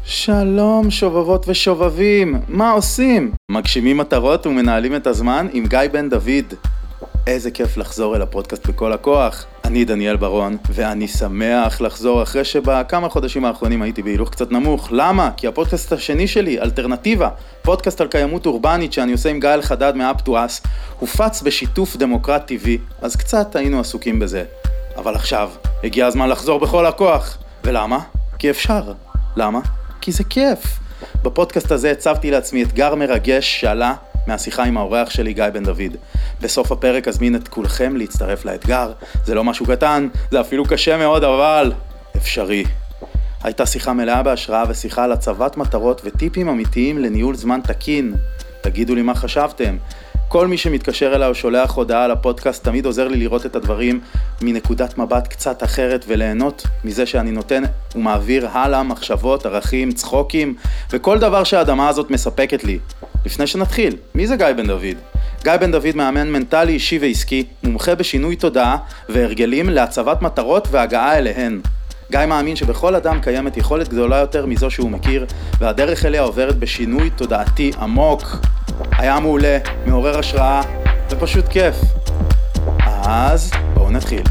שלום שובבות ושובבים, מה עושים? מגשימים מטרות ומנהלים את הזמן עם גיא בן דוד. איזה כיף לחזור אל הפודקאסט בכל הכוח. אני דניאל ברון, ואני שמח לחזור אחרי שבכמה חודשים האחרונים הייתי בהילוך קצת נמוך. למה? כי הפודקאסט השני שלי, אלטרנטיבה, פודקאסט על קיימות אורבנית שאני עושה עם גיא אלחדד מ-Up to Us, הופץ בשיתוף דמוקרט TV, אז קצת היינו עסוקים בזה. אבל עכשיו, הגיע הזמן לחזור בכל הכוח. ולמה? כי אפשר. למה? כי זה כיף. בפודקאסט הזה הצבתי לעצמי אתגר מרגש שעלה מהשיחה עם האורח שלי גיא בן דוד. בסוף הפרק אזמין את כולכם להצטרף לאתגר. זה לא משהו קטן, זה אפילו קשה מאוד, אבל אפשרי. הייתה שיחה מלאה בהשראה ושיחה על הצבת מטרות וטיפים אמיתיים לניהול זמן תקין. תגידו לי מה חשבתם. כל מי שמתקשר אליי או שולח הודעה על הפודקאסט תמיד עוזר לי לראות את הדברים מנקודת מבט קצת אחרת וליהנות מזה שאני נותן ומעביר הלאה מחשבות, ערכים, צחוקים וכל דבר שהאדמה הזאת מספקת לי. לפני שנתחיל, מי זה גיא בן דוד? גיא בן דוד מאמן מנטלי אישי ועסקי, מומחה בשינוי תודעה והרגלים להצבת מטרות והגעה אליהן. גיא מאמין שבכל אדם קיימת יכולת גדולה יותר מזו שהוא מכיר, והדרך אליה עוברת בשינוי תודעתי עמוק. היה מעולה, מעורר השראה, ופשוט כיף. אז בואו נתחיל.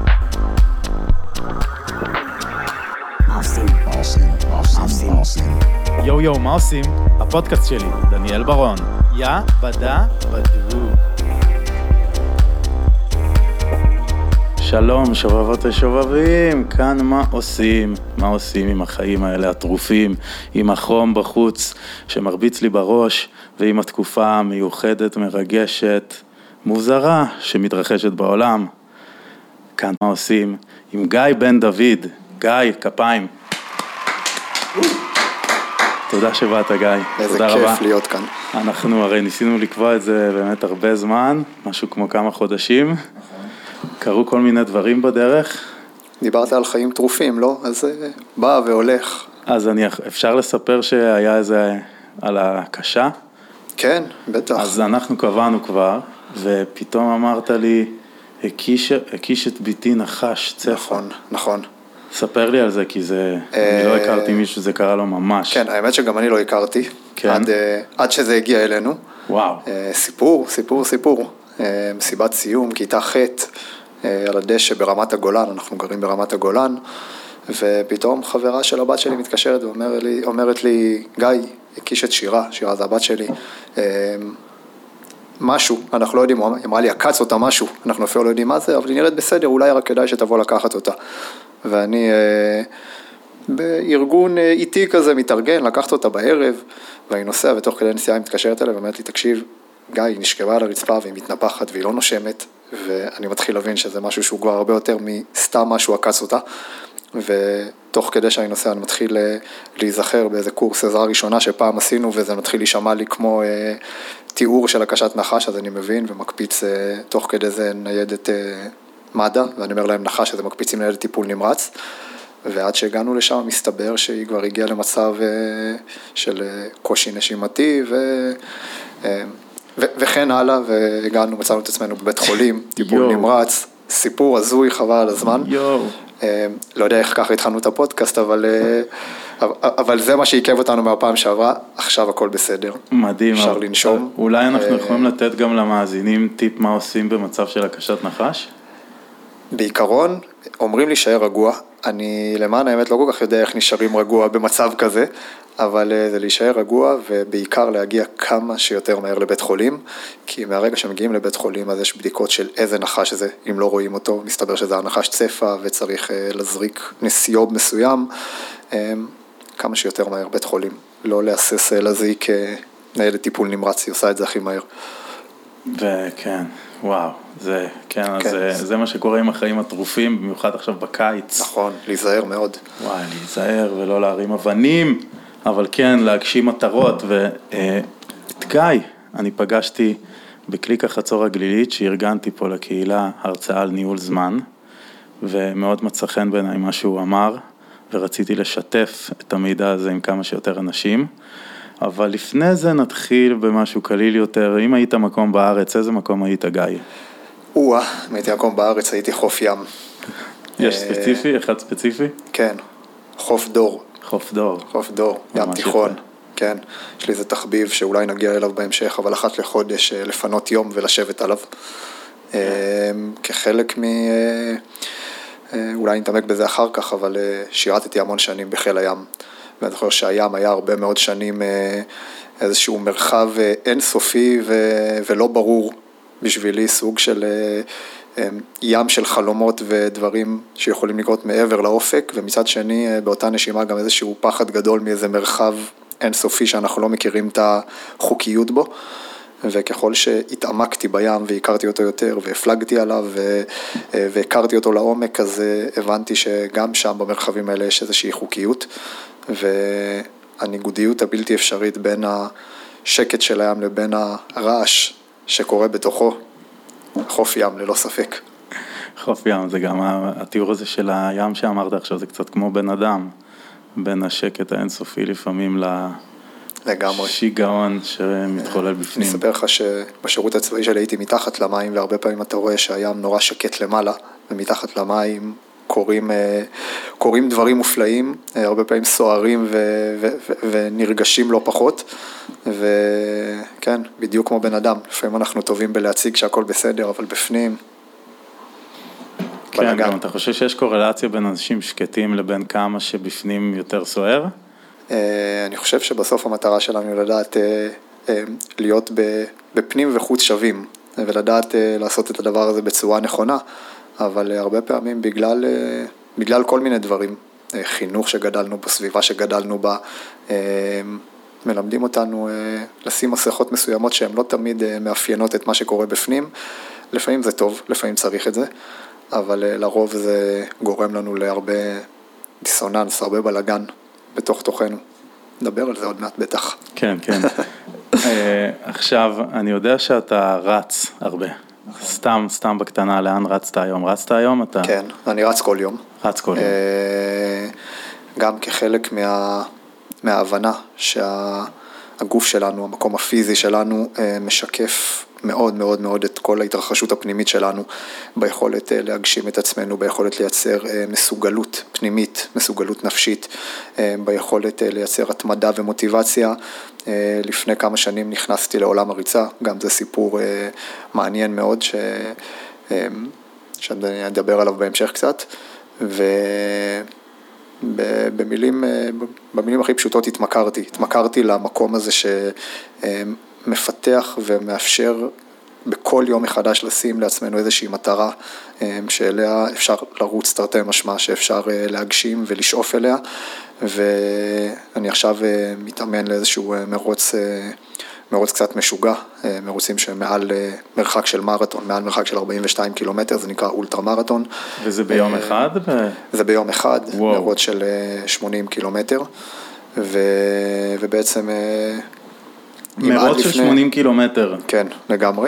יו יו, מה עושים? הפודקאסט שלי, דניאל ברון. יא בדה בדו. שלום שובבות ושובבים, כאן מה עושים? מה עושים עם החיים האלה הטרופים, עם החום בחוץ שמרביץ לי בראש, ועם התקופה המיוחדת, מרגשת, מוזרה שמתרחשת בעולם. כאן מה עושים? עם גיא בן דוד. גיא, כפיים. תודה שבאת גיא. איזה תודה כיף רבה. להיות כאן. אנחנו הרי ניסינו לקבוע את זה באמת הרבה זמן, משהו כמו כמה חודשים. קרו כל מיני דברים בדרך. דיברת על חיים טרופים, לא? אז בא והולך. אז אפשר לספר שהיה איזה על הקשה? כן, בטח. אז אנחנו קבענו כבר, ופתאום אמרת לי, הקיש את ביתי נחש צפה. נכון, נכון. ספר לי על זה, כי זה, אני לא הכרתי מישהו, זה קרה לו ממש. כן, האמת שגם אני לא הכרתי. כן. עד שזה הגיע אלינו. וואו. סיפור. מסיבת סיום, כיתה ח' על הדשא ברמת הגולן, אנחנו גרים ברמת הגולן, ופתאום חברה של הבת שלי מתקשרת ואומרת לי, גיא, הקיש את שירה זה הבת שלי, משהו, אנחנו לא יודעים, היא אמרה לי, עקץ אותה משהו, אנחנו אפילו לא יודעים מה זה, אבל היא נראית בסדר, אולי רק כדאי שתבוא לקחת אותה. ואני בארגון איטי כזה מתארגן, לקחת אותה בערב, ואני נוסע, ותוך כדי נסיעה היא מתקשרת אליי, ואומרת לי, תקשיב, גיא, היא נשכבה על הרצפה והיא מתנפחת והיא לא נושמת, ואני מתחיל להבין שזה משהו שהוא כבר הרבה יותר מסתם משהו עקץ אותה, ותוך כדי שאני נוסע אני מתחיל להיזכר באיזה קורס עזרה ראשונה שפעם עשינו, וזה מתחיל להישמע לי כמו תיאור של הקשת נחש, אז אני מבין ומקפיץ תוך כדי זה ניידת מד"א, ואני אומר להם נחש, אז הם מקפיצים ניידת טיפול נמרץ, ועד שהגענו לשם מסתבר שהיא כבר הגיעה למצב של קושי נשימתי וכן הלאה, והגענו, מצאנו את עצמנו בבית חולים, טיפול נמרץ, סיפור הזוי, חבל על הזמן. לא יודע איך ככה התחלנו את הפודקאסט, אבל זה מה שעיכב אותנו מהפעם שעברה, עכשיו הכל בסדר. מדהים. אפשר לנשום. אולי אנחנו יכולים לתת גם למאזינים טיפ מה עושים במצב של הקשת נחש? בעיקרון, אומרים להישאר רגוע. אני למען האמת לא כל כך יודע איך נשארים רגוע במצב כזה, אבל זה להישאר רגוע ובעיקר להגיע כמה שיותר מהר לבית חולים, כי מהרגע שמגיעים לבית חולים אז יש בדיקות של איזה נחש זה, אם לא רואים אותו, מסתבר שזה הנחש צפה וצריך לזריק נסיוב מסוים, כמה שיותר מהר בית חולים, לא להסס לזיק ניידת טיפול נמרץ, היא עושה את זה הכי מהר. וכן, וואו, זה, כן, זה מה שקורה עם החיים הטרופים, במיוחד עכשיו בקיץ. נכון, להיזהר מאוד. וואי, להיזהר ולא להרים אבנים, אבל כן, להגשים מטרות. ואת גיא, אני פגשתי בקליק החצור הגלילית, שארגנתי פה לקהילה הרצאה על ניהול זמן, ומאוד מצא חן בעיניי מה שהוא אמר, ורציתי לשתף את המידע הזה עם כמה שיותר אנשים. אבל לפני זה נתחיל במשהו קליל יותר. אם היית מקום בארץ, איזה מקום היית, גיא? אם הייתי מקום בארץ, הייתי חוף ים. יש ספציפי, אחד ספציפי? כן, חוף דור. חוף דור. חוף דור, ים תיכון, כן. יש לי איזה תחביב שאולי נגיע אליו בהמשך, אבל אחת לחודש לפנות יום ולשבת עליו. כחלק אולי נתעמק בזה אחר כך, אבל שירתתי המון שנים בחיל הים. ואני זוכר שהים היה הרבה מאוד שנים איזשהו מרחב אינסופי ולא ברור בשבילי, סוג של ים של חלומות ודברים שיכולים לקרות מעבר לאופק, ומצד שני באותה נשימה גם איזשהו פחד גדול מאיזה מרחב אינסופי שאנחנו לא מכירים את החוקיות בו. וככל שהתעמקתי בים והכרתי אותו יותר והפלגתי עליו והכרתי אותו לעומק, אז הבנתי שגם שם במרחבים האלה יש איזושהי חוקיות, והניגודיות הבלתי אפשרית בין השקט של הים לבין הרעש שקורה בתוכו. חוף ים ללא ספק. חוף ים זה גם התיאור הזה של הים שאמרת עכשיו, זה קצת כמו בן אדם, בין השקט האינסופי לפעמים לגמרי. שיגעון שמתחולל בפנים. אני אספר לך שבשירות הצבאי שלי הייתי מתחת למים, והרבה פעמים אתה רואה שהים נורא שקט למעלה, ומתחת למים קורים דברים מופלאים, הרבה פעמים סוערים ונרגשים לא פחות, וכן, בדיוק כמו בן אדם, לפעמים אנחנו טובים בלהציג שהכל בסדר, אבל בפנים כן, גם אתה חושב שיש קורלציה בין אנשים שקטים לבין כמה שבפנים יותר סוער? אני חושב שבסוף המטרה שלנו לדעת להיות בפנים וחוץ שווים, ולדעת לעשות את הדבר הזה בצורה נכונה, אבל הרבה פעמים בגלל כל מיני דברים, חינוך שגדלנו בו, סביבה שגדלנו בה, מלמדים אותנו לשים מסכות מסוימות שהן לא תמיד מאפיינות את מה שקורה בפנים. לפעמים זה טוב, לפעמים צריך את זה, אבל לרוב זה גורם לנו להרבה דיסוננס, הרבה בלגן בתוך תוכנו. נדבר על זה עוד מעט בטח. כן, כן. עכשיו, אני יודע שאתה רץ הרבה. סתם בקטנה, לאן רצת היום? רצת היום? כן, אני רץ כל יום. רץ כל יום. גם כחלק מההבנה שהגוף שלנו, המקום הפיזי שלנו, משקף מאוד מאוד מאוד את כל ההתרחשות הפנימית שלנו, ביכולת להגשים את עצמנו, ביכולת לייצר מסוגלות פנימית, מסוגלות נפשית, ביכולת לייצר התמדה ומוטיבציה. לפני כמה שנים נכנסתי לעולם הריצה, גם זה סיפור מעניין מאוד שאני אדבר עליו בהמשך קצת, במילים הכי פשוטות התמכרתי למקום הזה שמפתח ומאפשר בכל יום מחדש לשים לעצמנו איזושהי מטרה שאליה אפשר לרוץ תרתי משמע, שאפשר להגשים ולשאוף אליה, ואני עכשיו מתאמן לאיזשהו מרוץ קצת משוגע, מרוצים שמעל מרחק של מרתון, מעל מרחק של 42 קילומטר, זה נקרא אולטרה מרתון. וזה ביום אחד? זה ביום אחד, מרוץ של 80 קילומטר, ובעצם מרוץ של 80 קילומטר. כן, לגמרי.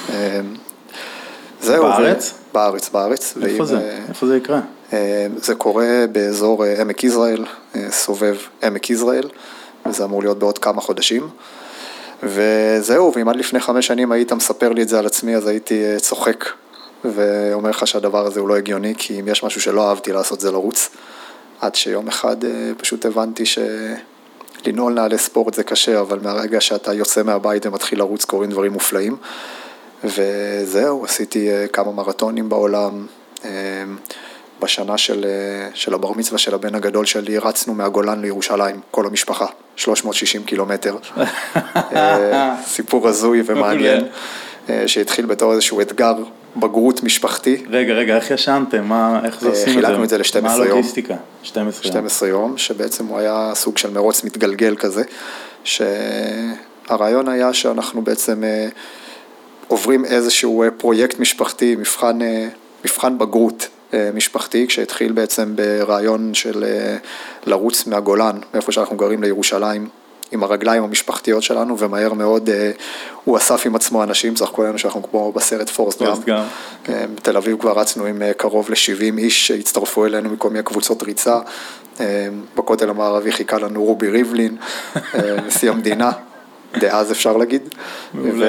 בארץ? בארץ. איפה זה יקרה? זה קורה באזור עמק יזרעאל, סובב עמק יזרעאל, וזה אמור להיות בעוד כמה חודשים. וזהו, ואם עד לפני 5 שנים היית מספר לי את זה על עצמי, אז הייתי צוחק ואומר לך שהדבר הזה הוא לא הגיוני, כי אם יש משהו שלא אהבתי לעשות זה לרוץ. עד שיום אחד פשוט הבנתי לנעול נעלי ספורט זה קשה, אבל מהרגע שאתה יוצא מהבית ומתחיל לרוץ קורים דברים מופלאים. וזהו, עשיתי כמה מרתונים בעולם. בשנה של הבר מצווה של הבן הגדול שלי, רצנו מהגולן לירושלים, כל המשפחה, 360 קילומטר. סיפור הזוי ומעניין, שהתחיל בתור איזשהו אתגר בגרות משפחתי. רגע, איך ישנתם? איך זה עושים את זה? חילקנו את זה ל-12 יום. מה הלוגיסטיקה? 12 יום, שבעצם הוא היה סוג של מרוץ מתגלגל כזה, שהרעיון היה שאנחנו בעצם עוברים איזשהו פרויקט משפחתי, מבחן בגרות משפחתי, כשהתחיל בעצם ברעיון של לרוץ מהגולן, מאיפה שאנחנו גרים לירושלים, עם הרגליים המשפחתיות שלנו, ומהר מאוד הוא אסף עם עצמו אנשים, סך הכול שאנחנו כמו בסרט פורסט גאמפ. בתל אביב כבר רצנו עם קרוב ל-70 איש שהצטרפו אלינו מכל מיני קבוצות ריצה, בכותל המערבי חיכה לנו רובי ריבלין, נשיא המדינה, דאז אפשר להגיד,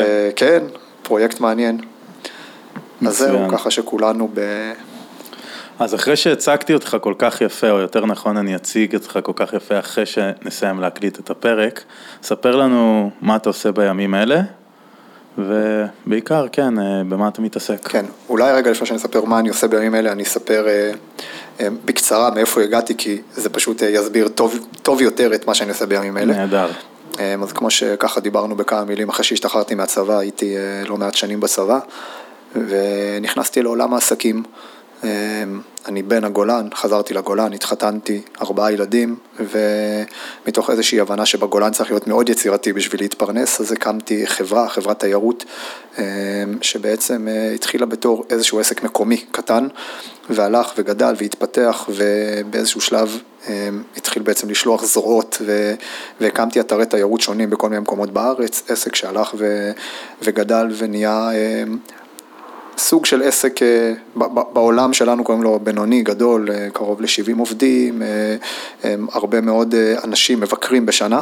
וכן, פרויקט מעניין. אז זהו, ככה שכולנו אז אחרי שהצגתי אותך כל כך יפה, או יותר נכון אני אציג אותך כל כך יפה אחרי שנסיים להקליט את הפרק, ספר לנו מה אתה עושה בימים אלה, ובעיקר, כן, במה אתה מתעסק. כן, אולי רגע לפני שאני אספר מה אני עושה בימים אלה, אני אספר בקצרה מאיפה הגעתי, כי זה פשוט יסביר טוב יותר את מה שאני עושה בימים אלה. נהדר. אז כמו שככה דיברנו בכמה מילים, אחרי שהשתחררתי מהצבא, הייתי לא מעט שנים בצבא, ונכנסתי לעולם העסקים. אני בן הגולן, חזרתי לגולן, התחתנתי, 4 ילדים, ומתוך איזושהי הבנה שבגולן צריך להיות מאוד יצירתי בשביל להתפרנס, אז הקמתי חברת תיירות, שבעצם התחילה בתור איזשהו עסק מקומי קטן, והלך וגדל והתפתח, ובאיזשהו שלב התחיל בעצם לשלוח זרועות, והקמתי אתרי תיירות שונים בכל מיני מקומות בארץ, עסק שהלך וגדל ונהיה סוג של עסק בעולם שלנו, קוראים לו בינוני, גדול, קרוב ל-70 עובדים, הרבה מאוד אנשים מבקרים בשנה,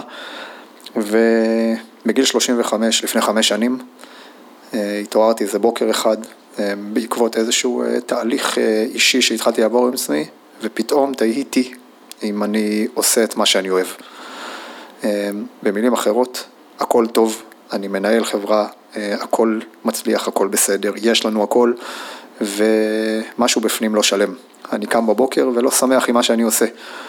ובגיל 35, לפני 5 שנים, התעוררתי איזה בוקר אחד, בעקבות איזשהו תהליך אישי שהתחלתי לעבור עם עצמי, ופתאום תהיתי אם אני עושה את מה שאני אוהב. במילים אחרות, הכל טוב, אני מנהל חברה, הכל מצליח, הכל בסדר, יש לנו הכל, ומשהו בפנים לא שלם. אני קם בבוקר ולא שמח עם מה שאני עושה.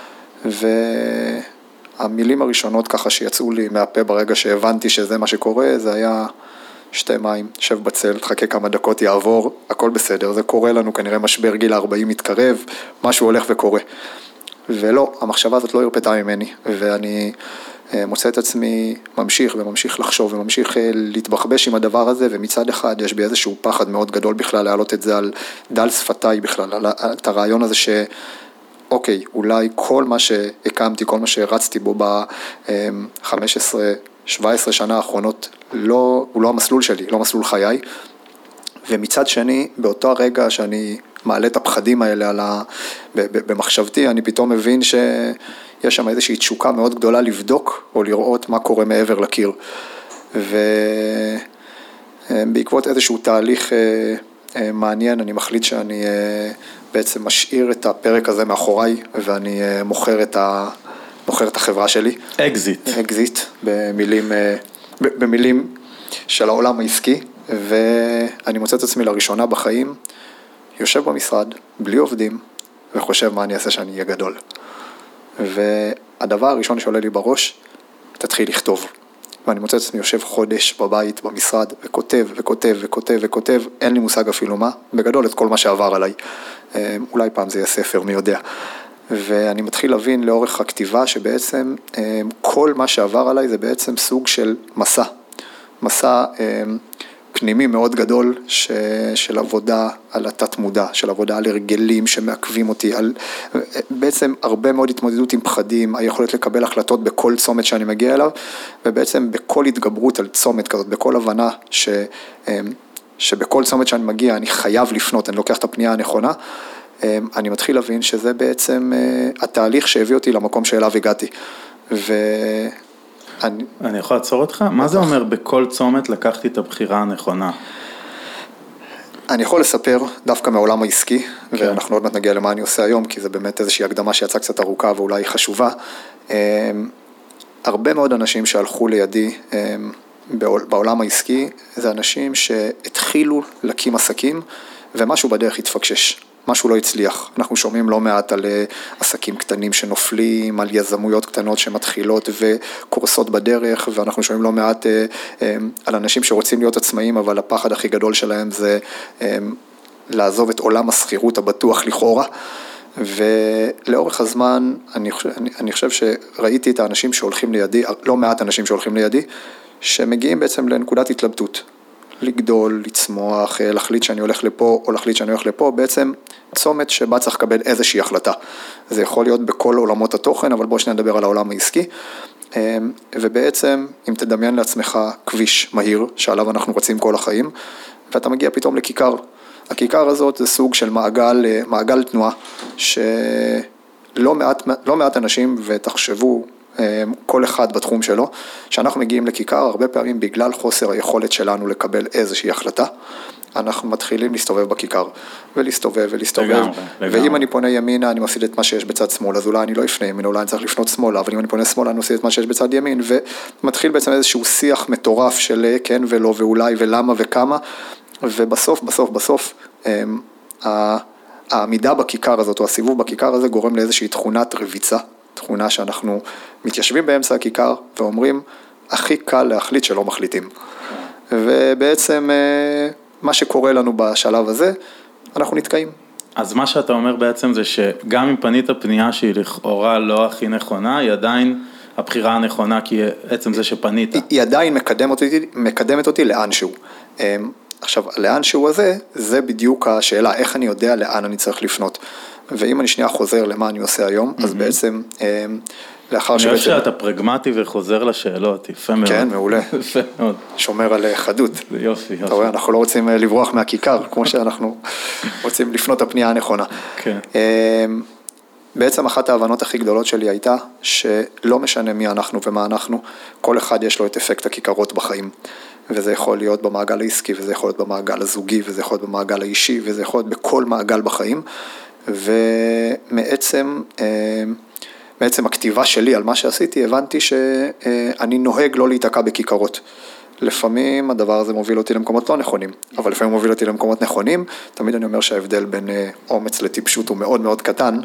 והמילים הראשונות ככה שיצאו לי מהפה ברגע שהבנתי שזה מה שקורה, זה היה שתי מים, שב בצל, תחכה כמה דקות, יעבור, הכל בסדר, זה קורה לנו, כנראה משבר גיל 40 מתקרב, משהו הולך וקורה. ולא, המחשבה הזאת לא הרפתה ממני, ואני מוצא את עצמי ממשיך לחשוב וממשיך להתבחבש עם הדבר הזה, ומצד אחד יש בי איזשהו פחד מאוד גדול בכלל להעלות את זה על דל שפתיי בכלל, את הרעיון הזה אוקיי, אולי כל מה שהקמתי, כל מה שרצתי בו ב-15-17 שנה האחרונות, הוא לא המסלול שלי, לא מסלול חיי, ומצד שני, באותו הרגע שאני מעלה את הפחדים האלה במחשבתי, אני פתאום מבין שיש שם איזושהי תשוקה מאוד גדולה לבדוק, או לראות מה קורה מעבר לקיר. ובעקבות איזשהו תהליך מעניין, אני מחליט שאני בעצם משאיר את הפרק הזה מאחוריי, ואני מוכר את החברה שלי. אקזיט, במילים של העולם העסקי, ואני מוצא את עצמי לראשונה בחיים, יושב במשרד, בלי עובדים, וחושב מה אני אעשה שאני אהיה גדול. והדבר הראשון שעולה לי בראש, תתחיל לכתוב. ואני מוצא את עצמי יושב חודש בבית, במשרד, וכותב, אין לי מושג אפילו מה, בגדול את כל מה שעבר עליי. אולי פעם זה יהיה ספר, מי יודע. ואני מתחיל להבין לאורך הכתיבה שבעצם כל מה שעבר עליי זה בעצם סוג של מסע פנימי מאוד גדול של עבודה על התת מודע, של עבודה על הרגלים שמעכבים אותי, בעצם הרבה מאוד התמודדות עם פחדים, היכולת לקבל החלטות בכל צומת שאני מגיע אליו, ובעצם בכל התגברות על צומת כזאת, בכל הבנה שבכל צומת שאני מגיע אני חייב לפנות, אני לוקח את הפנייה הנכונה, אני מתחיל להבין שזה בעצם התהליך שהביא אותי למקום שאליו הגעתי. אני יכול לעצור אותך? מה זה אומר בכל צומת לקחתי את הבחירה הנכונה? אני יכול לספר דווקא מהעולם העסקי, ואנחנו עוד מעט נגיע למה אני עושה היום, כי זה באמת איזושהי הקדמה שיצאה קצת ארוכה ואולי חשובה. הרבה מאוד אנשים שהלכו לידי בעולם העסקי, זה אנשים שהתחילו להקים עסקים, ומשהו בדרך התפקשש. משהו לא הצליח. אנחנו שומעים לא מעט על עסקים קטנים שנופלים, על יזמויות קטנות שמתחילות וקורסות בדרך, ואנחנו שומעים לא מעט על אנשים שרוצים להיות עצמאים, אבל הפחד הכי גדול שלהם זה לעזוב את עולם הסחירות הבטוח לכאורה. ולאורך הזמן אני חושב שראיתי את האנשים שהולכים לידי, לא מעט אנשים שהולכים לידי, שמגיעים בעצם לנקודת התלבטות. לגדול, לצמוח, להחליט שאני הולך לפה או להחליט שאני הולך לפה, בעצם צומת שבה צריך לקבל איזושהי החלטה. זה יכול להיות בכל עולמות התוכן, אבל בואו שניה נדבר על העולם העסקי. ובעצם, אם תדמיין לעצמך כביש מהיר, שעליו אנחנו רצים כל החיים, ואתה מגיע פתאום לכיכר. הכיכר הזאת זה סוג של מעגל תנועה, שלא מעט אנשים, ותחשבו, כל אחד בתחום שלו, שאנחנו מגיעים לכיכר, הרבה פעמים בגלל חוסר היכולת שלנו לקבל איזושהי החלטה, אנחנו מתחילים להסתובב בכיכר, ולהסתובב, ואם אני פונה ימינה, אני מפסיד את מה שיש בצד שמאל, אז אולי אני לא אפנה ימינה, אולי אני צריך לפנות שמאלה, אבל אם אני פונה שמאלה, אני מפסיד את מה שיש בצד ימין, ומתחיל בעצם איזשהו שיח מטורף של כן ולא, ואולי ולמה וכמה, ובסוף, העמידה בכיכר הזאת, או הסיבוב בכיכר הזה, גורם לאיזושהי תכונת רביצה, תכונה שאנחנו מתיישבים באמצע הכיכר, ואומרים, הכי קל להחליט שלא מחליטים. ובעצם מה שקורה לנו בשלב הזה, אנחנו נתקעים. אז מה שאתה אומר בעצם זה שגם אם פנית פנייה שהיא לכאורה לא הכי נכונה, היא עדיין הבחירה הנכונה, כי עצם זה שפנית. היא עדיין מקדמת אותי לאנשהו. עכשיו, לאנשהו הזה, זה בדיוק השאלה, איך אני יודע לאן אני צריך לפנות. ואם אני שנייה חוזר למה אני עושה היום, אז בעצם לאחר אני חושב שאתה פרגמטי וחוזר לשאלות, יפה מאוד. כן, מעולה. יפה מאוד. שומר על חדות. יופי. אתה רואה, אנחנו לא רוצים לברוח מהכיכר, כמו שאנחנו רוצים לפנות הפנייה הנכונה. כן. בעצם אחת ההבנות הכי גדולות שלי הייתה, שלא משנה מי אנחנו ומה אנחנו, כל אחד יש לו את אפקט הכיכרות בחיים. וזה יכול להיות במעגל העסקי, וזה יכול להיות במעגל הזוגי, וזה יכול להיות במעגל האישי, וזה יכול להיות בכל מעגל בחיים. ומעצם הכתיבה שלי על מה שעשיתי, הבנתי שאני נוהג לא להיתקע בכיכרות. לפעמים הדבר הזה מוביל אותי למקומות לא נכונים, אבל לפעמים מוביל אותי למקומות נכונים. תמיד אני אומר שההבדל בין אומץ לטיפשות הוא מאוד מאוד קטן,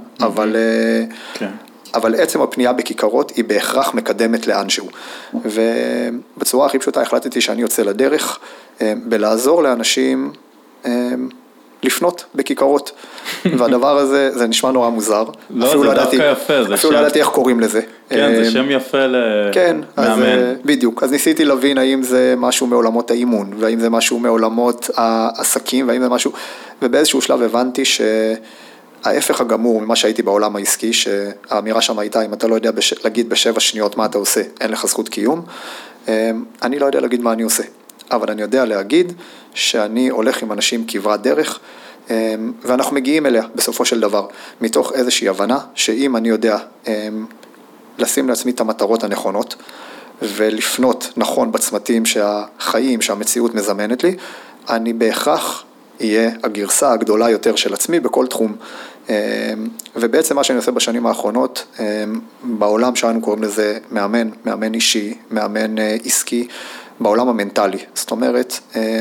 אבל עצם הפנייה בכיכרות היא בהכרח מקדמת לאנשהו. ובצורה הכי פשוטה החלטתי שאני יוצא לדרך בלעזור לאנשים לפנות בכיכרות. והדבר הזה, זה נשמע נורא מוזר. לא, זה דווקא יפה. אפילו לא ידעתי איך קוראים לזה. כן, זה שם יפה למאמן. כן, בדיוק. אז ניסיתי להבין האם זה משהו מעולמות האימון, והאם זה משהו מעולמות העסקים, והאם זה משהו, ובאיזשהו שלב הבנתי ההפך הגמור ממה שהייתי בעולם העסקי, שהאמירה שם הייתה, אם אתה לא יודע להגיד ב7 שניות מה אתה עושה, אין לך זכות קיום, אני לא יודע להגיד מה אני עושה, אבל אני יודע להגיד שאני הולך עם אנשים כברת דרך, ואנחנו מגיעים אליה בסופו של דבר, מתוך איזושהי הבנה, שאם אני יודע לשים לעצמי את המטרות הנכונות, ולפנות נכון בצמתים שהחיים, שהמציאות מזמנת לי, אני בהכרח יהיה הגרסה הגדולה יותר של עצמי בכל תחום. ובעצם מה שאני עושה בשנים האחרונות, בעולם שאנו קוראים לזה מאמן אישי, מאמן עסקי, בעולם המנטלי. זאת אומרת,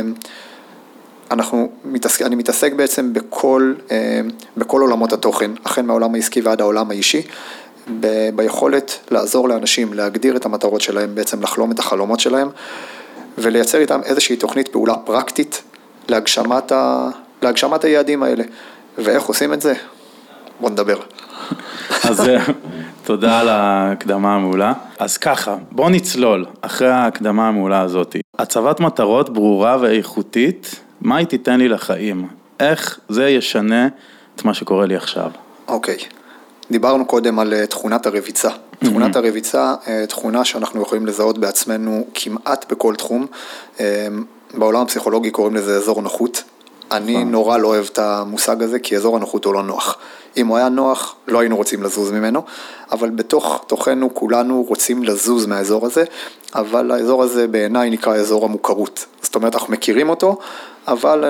אני מתעסק בעצם בכל עולמות התוכן, החל מהעולם העסקי ועד העולם האישי, ביכולת לעזור לאנשים להגדיר את המטרות שלהם, בעצם לחלום את החלומות שלהם, ולייצר איתם איזושהי תוכנית פעולה פרקטית, להגשמת היעדים האלה. ואיך עושים את זה? בוא נדבר. אז תודה על ההקדמה המעולה. אז ככה, בוא נצלול אחרי ההקדמה המעולה הזאת. הצבת מטרות ברורה ואיכותית, מה היא תיתן לי לחיים? איך זה ישנה את מה שקורה לי עכשיו? אוקיי. דיברנו קודם על תכונת הרביצה. תכונת הרביצה, תכונה שאנחנו יכולים לזהות בעצמנו כמעט בכל תחום. בעולם הפסיכולוגי קוראים לזה אזור נוחות. אני נורא לא אוהב את המושג הזה, כי אזור הנוחות הוא לא נוח. אם הוא היה נוח, לא היינו רוצים לזוז ממנו, אבל בתוכנו כולנו רוצים לזוז מהאזור הזה, אבל האזור הזה בעיניי נקרא אזור המוכרות. זאת אומרת, אנחנו מכירים אותו, אבל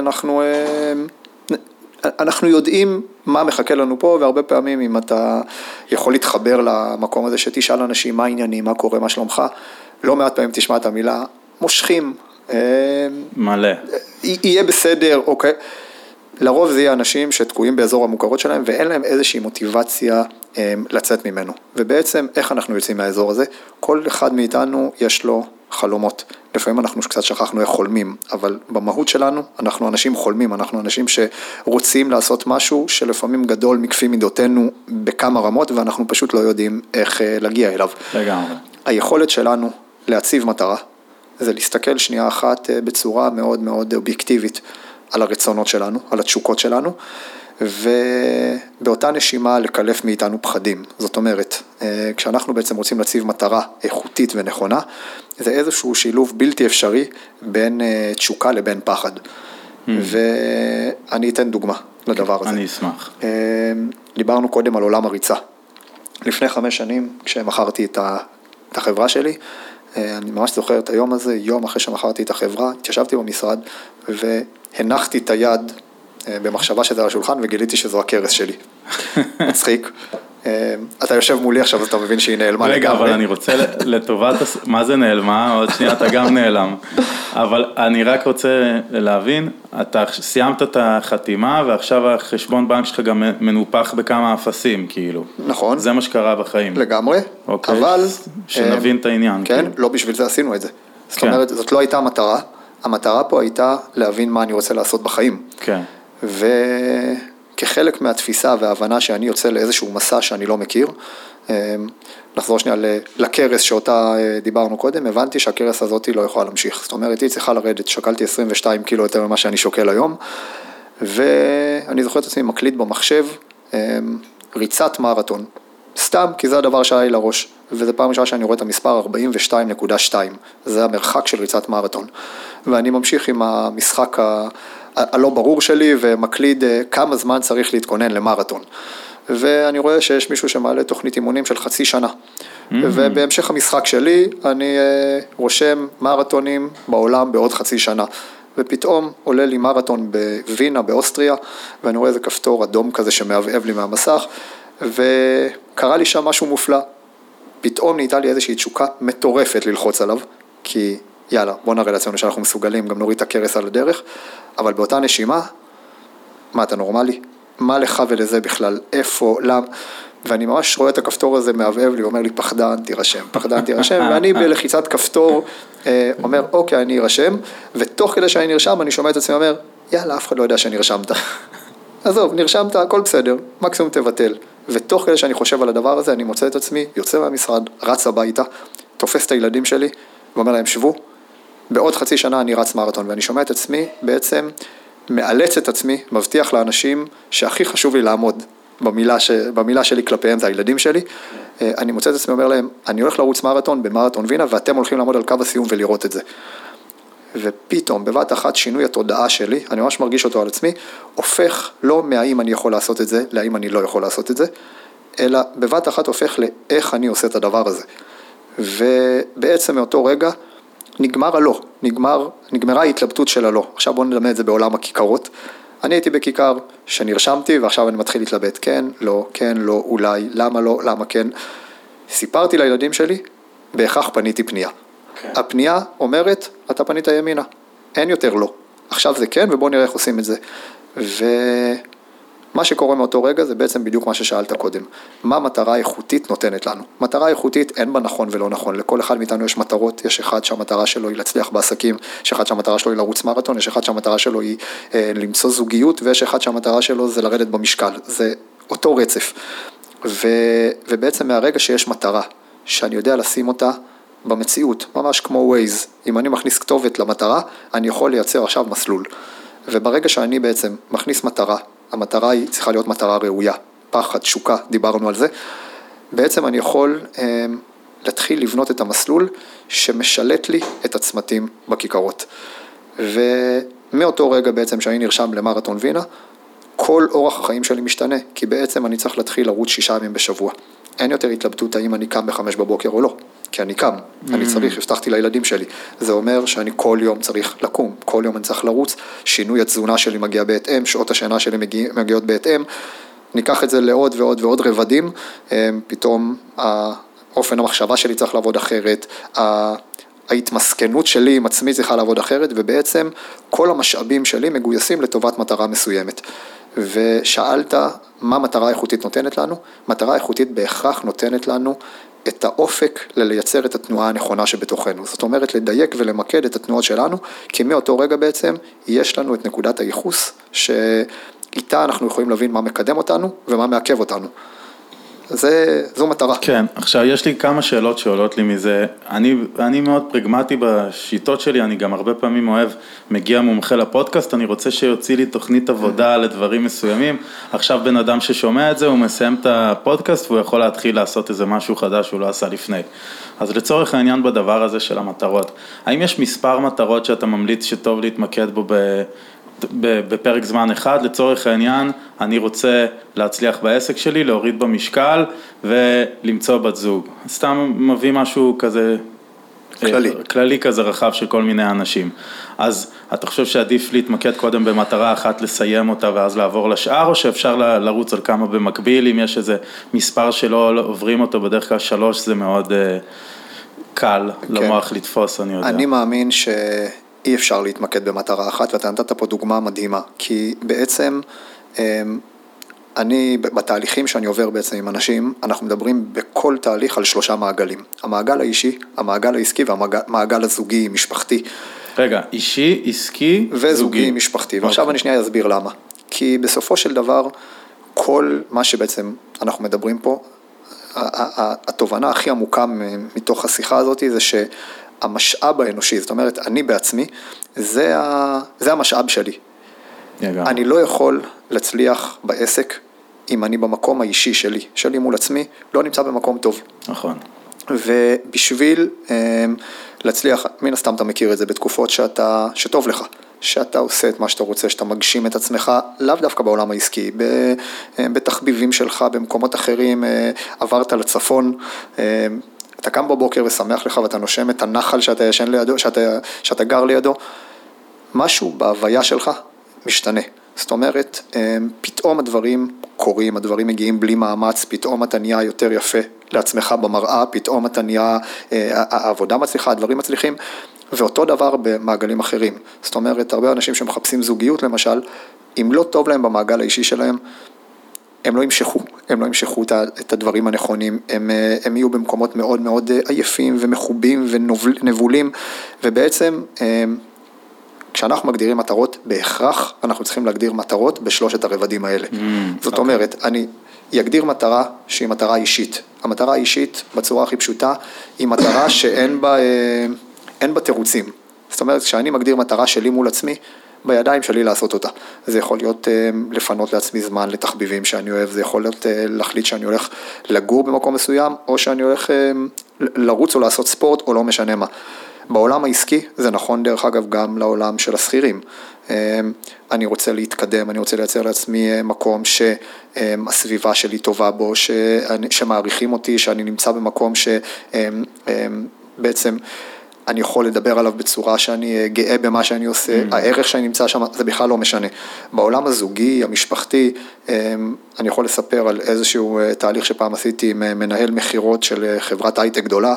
אנחנו יודעים מה מחכה לנו פה, והרבה פעמים אם אתה יכול להתחבר למקום הזה, שתשאל אנשים מה העניינים, מה קורה, מה שלומך, לא מעט פעמים תשמע את המילה, מושכים. מלא. יהיה בסדר, אוקיי. לרוב זה יהיה אנשים שתקועים באזור המוכרות שלהם, ואין להם איזושהי מוטיבציה לצאת ממנו. ובעצם איך אנחנו יוצאים מהאזור הזה? כל אחד מאיתנו יש לו חלומות. לפעמים אנחנו קצת שכחנו איך חולמים, אבל במהות שלנו אנחנו אנשים חולמים, אנחנו אנשים שרוצים לעשות משהו שלפעמים גדול מכפי מידותינו בכמה רמות, ואנחנו פשוט לא יודעים איך להגיע אליו. לגמרי. היכולת שלנו להציב מטרה, זה להסתכל שנייה אחת בצורה מאוד מאוד אובייקטיבית על הרצונות שלנו, על התשוקות שלנו, ובאותה נשימה לקלף מאיתנו פחדים. זאת אומרת, כשאנחנו בעצם רוצים להציב מטרה איכותית ונכונה, זה איזשהו שילוב בלתי אפשרי בין תשוקה לבין פחד. ואני אתן דוגמה לדבר הזה. אני אשמח. דיברנו קודם על עולם הריצה. לפני 5 שנים, כשמכרתי את את החברה שלי, אני ממש זוכר את היום הזה, יום אחרי שמכרתי את החברה, התיישבתי במשרד והנחתי את היד במחשבה שזה על השולחן וגיליתי שזו הכרס שלי. מצחיק. אתה יושב מולי עכשיו, אז אתה מבין שהיא נעלמה לגמרי. רגע, אבל אני רוצה לטובת, מה זה נעלמה? עוד שנייה אתה גם נעלם. אבל אני רק רוצה להבין, אתה סיימת את החתימה, ועכשיו החשבון בנק שלך גם מנופח בכמה אפסים, כאילו. נכון. זה מה שקרה בחיים. לגמרי. אוקיי. אבל... שנבין את העניין. כן, לא בשביל זה עשינו את זה. זאת אומרת, זאת לא הייתה המטרה. המטרה פה הייתה להבין מה אני רוצה לעשות בחיים. כן. כחלק מהתפיסה וההבנה שאני יוצא לאיזשהו מסע שאני לא מכיר, נחזור שנייה לקרס שאותה דיברנו קודם, הבנתי שהקרס הזאת לא יכולה להמשיך. זאת אומרת, היא צריכה לרדת, שקלתי 22 קילו יותר ממה שאני שוקל היום, ואני זוכר את עצמי מקליט במחשב, ריצת מרתון, סתם, כי זה הדבר שהיה לי לראש, וזה פעם ראשונה שאני רואה את המספר 42.2, זה המרחק של ריצת מרתון, ואני ממשיך עם המשחק הלא ברור שלי, ומקליד כמה זמן צריך להתכונן למרתון. ואני רואה שיש מישהו שמעלה תוכנית אימונים של חצי שנה. ובהמשך המשחק שלי, אני רושם מרתונים בעולם בעוד חצי שנה. ופתאום עולה לי מרתון בווינה, באוסטריה, ואני רואה איזה כפתור אדום כזה שמעבעב לי מהמסך, וקרה לי שם משהו מופלא. פתאום נהייתה לי איזושהי תשוקה מטורפת ללחוץ עליו, כי יאללה, בוא נראה לעצמנו שאנחנו מסוגלים, גם נוריד את הקרס על הדרך, אבל באותה נשימה, מה אתה נורמלי? מה לך ולזה בכלל? איפה? למה? ואני ממש רואה את הכפתור הזה מעבעב לי, אומר לי, פחדן, תירשם, פחדן, תירשם, ואני בלחיצת כפתור אומר, אוקיי, אני ארשם, ותוך כדי שאני נרשם, אני שומע את עצמי, אומר, יאללה, אף אחד לא יודע שנרשמת. עזוב, נרשמת, הכל בסדר, מקסימום תבטל. ותוך כדי שאני חושב על הדבר הזה, אני מוצא את עצמי, יוצא מהמשרד, רץ הביתה, תופס את הילדים שלי, ואומר להם, שבו, בעוד חצי שנה אני רץ מרתון, ואני שומע את עצמי, בעצם מאלץ את עצמי, מבטיח לאנשים שהכי חשוב לי לעמוד במילה שלי כלפיהם, זה הילדים שלי. אני מוצא את עצמי, אומר להם, אני הולך לרוץ מרתון במרתון וינה, ואתם הולכים לעמוד על קו הסיום ולראות את זה. ופתאום, בבת אחת, שינוי התודעה שלי, אני ממש מרגיש אותו על עצמי, הופך לא מהאם אני יכול לעשות את זה, להאם אני לא יכול לעשות את זה, אלא בבת אחת הופך לאיך אני עושה את הדבר הזה. ובעצם מאותו רגע, נגמר הלא, נגמרה ההתלבטות של הלא. עכשיו בואו נדמה את זה בעולם הכיכרות. אני הייתי בכיכר שנרשמתי, ועכשיו אני מתחיל להתלבט, כן, לא, אולי, למה לא, למה כן. סיפרתי לילדים שלי, בהכרח פניתי פנייה. Okay. הפנייה אומרת, אתה פנית ימינה, אין יותר לא. עכשיו זה כן, ובואו נראה איך עושים את זה. מה שקורה מאותו רגע זה בעצם בדיוק מה ששאלת קודם. מה מטרה איכותית נותנת לנו? מטרה איכותית אין בה נכון ולא נכון. לכל אחד מאיתנו יש מטרות, יש אחד שהמטרה שלו היא להצליח בעסקים, יש אחד שהמטרה שלו היא לרוץ מרתון, יש אחד שהמטרה שלו היא למצוא זוגיות, ויש אחד שהמטרה שלו זה לרדת במשקל. זה אותו רצף. ובעצם מהרגע שיש מטרה, שאני יודע לשים אותה במציאות, ממש כמו ווייז, אם אני מכניס כתובת למטרה, אני יכול לייצר עכשיו מסלול. וברגע שאני בעצם מכניס מטרה, המטרה היא צריכה להיות מטרה ראויה, פחד, תשוקה, דיברנו על זה, בעצם אני יכול להתחיל לבנות את המסלול שמשלט לי את הצמתים בכיכרות. ומאותו רגע בעצם שאני נרשם למרתון וינה, כל אורח החיים שלי משתנה, כי בעצם אני צריך להתחיל לרוץ 6 ימים בשבוע. אין יותר התלבטות האם אני קם ב5 בבוקר או לא, כי אני קם, אני צריך, הבטחתי לילדים שלי. זה אומר שאני כל יום צריך לקום, כל יום אני צריך לרוץ, שינוי התזונה שלי מגיע בהתאם, שעות השינה שלי מגיעות בהתאם, ניקח את זה לעוד ועוד ועוד רבדים, פתאום האופן המחשבה שלי צריך לעבוד אחרת, ההתמסכנות שלי עם עצמי צריכה לעבוד אחרת, ובעצם כל המשאבים שלי מגויסים לטובת מטרה מסוימת. ושאלת מה מטרה איכותית נותנת לנו? מטרה איכותית בהכרח נותנת לנו את האופק לייצר את התנועה הנכונה שבתוכנו. זאת אומרת, לדייק ולמקד את התנועות שלנו, כי מאותו רגע בעצם יש לנו את נקודת הייחוס, שאיתה אנחנו יכולים להבין מה מקדם אותנו ומה מעכב אותנו. זו מטרה. כן, עכשיו יש לי כמה שאלות שעולות לי מזה. אני מאוד פרגמטי בשיטות שלי, אני גם הרבה פעמים אוהב, מגיע מומחה לפודקאסט, אני רוצה שיוציא לי תוכנית עבודה לדברים מסוימים. עכשיו בן אדם ששומע את זה, הוא מסיים את הפודקאסט, והוא יכול להתחיל לעשות איזה משהו חדש שהוא לא עשה לפני. אז לצורך העניין בדבר הזה של המטרות, האם יש מספר מטרות שאתה ממליץ שטוב להתמקד בו בפרק זמן אחד, לצורך העניין, אני רוצה להצליח בעסק שלי, להוריד במשקל ולמצוא בת זוג. סתם מביא משהו כזה, כללי כזה רחב של כל מיני אנשים. אז אתה חושב שעדיף להתמקד קודם במטרה אחת, לסיים אותה ואז לעבור לשאר, או שאפשר לרוץ על כמה במקביל, אם יש איזה מספר שלא עוברים אותו, בדרך כלל 3 זה מאוד קל למוח לתפוס, אני יודע. אני מאמין שאי אפשר להתמקד במטרה אחת, ואתה נתת פה דוגמה מדהימה, כי בעצם אני, בתהליכים שאני עובר בעצם עם אנשים, אנחנו מדברים בכל תהליך על 3 מעגלים. המעגל האישי, המעגל העסקי והמעגל הזוגי, משפחתי. רגע, אישי, עסקי, וזוגי, משפחתי. ועכשיו אני שנייה אסביר למה. כי בסופו של דבר, כל מה שבעצם אנחנו מדברים פה, התובנה הכי עמוקה מתוך השיחה הזאת, זה שהמשאב האנושי, זאת אומרת, אני בעצמי, זה המשאב שלי. אני לא יכול להצליח בעסק אם אני במקום האישי שלי מול עצמי, לא נמצא במקום טוב. נכון. ובשביל להצליח, מן הסתם אתה מכיר את זה בתקופות שטוב לך, שאתה עושה את מה שאתה רוצה, שאתה מגשים את עצמך, לאו דווקא בעולם העסקי, בתחביבים שלך, במקומות אחרים, עברת לצפון, אתה קם בבוקר ושמח לך ואתה נושם את הנחל שאתה ישן לידו, שאתה גר לידו, משהו בהוויה שלך משתנה. זאת אומרת, פתאום הדברים קורים, הדברים מגיעים בלי מאמץ, פתאום אתה נהיה יותר יפה לעצמך במראה, פתאום אתה נהיה, העבודה מצליחה, הדברים מצליחים, ואותו דבר במעגלים אחרים. זאת אומרת, הרבה אנשים שמחפשים זוגיות למשל, אם לא טוב להם במעגל האישי שלהם, הם לא ימשכו את הדברים הנכונים, הם יהיו במקומות מאוד מאוד עייפים ומחובים ונבולים, ובעצם כשאנחנו מגדירים מטרות, בהכרח אנחנו צריכים להגדיר מטרות בשלושת הרבדים האלה. זאת אומרת, אני אגדיר מטרה שהיא מטרה אישית. המטרה האישית, בצורה הכי פשוטה, היא מטרה שאין בה תירוצים. זאת אומרת, כשאני מגדיר מטרה שלי מול עצמי, בידיים שלי לעשות אותה. זה יכול להיות לפנות לעצמי זמן לתחביבים שאני אוהב, זה יכול להיות להחליט שאני הולך לגור במקום מסוים, או שאני הולך לרוץ או לעשות ספורט, או לא משנה מה. בעולם העסקי, זה נכון דרך אגב גם לעולם של השכירים. אני רוצה להתקדם, אני רוצה לייצר לעצמי מקום שהסביבה שלי טובה בו, שמעריכים אותי, שאני נמצא במקום שבעצם אני יכול לדבר עליו בצורה שאני גאה במה שאני עושה, הערך שאני נמצא שם, זה בכלל לא משנה. בעולם הזוגי, המשפחתי, אני יכול לספר על איזשהו תהליך שפעם עשיתי עם מנהל מחירות של חברת הייטק גדולה,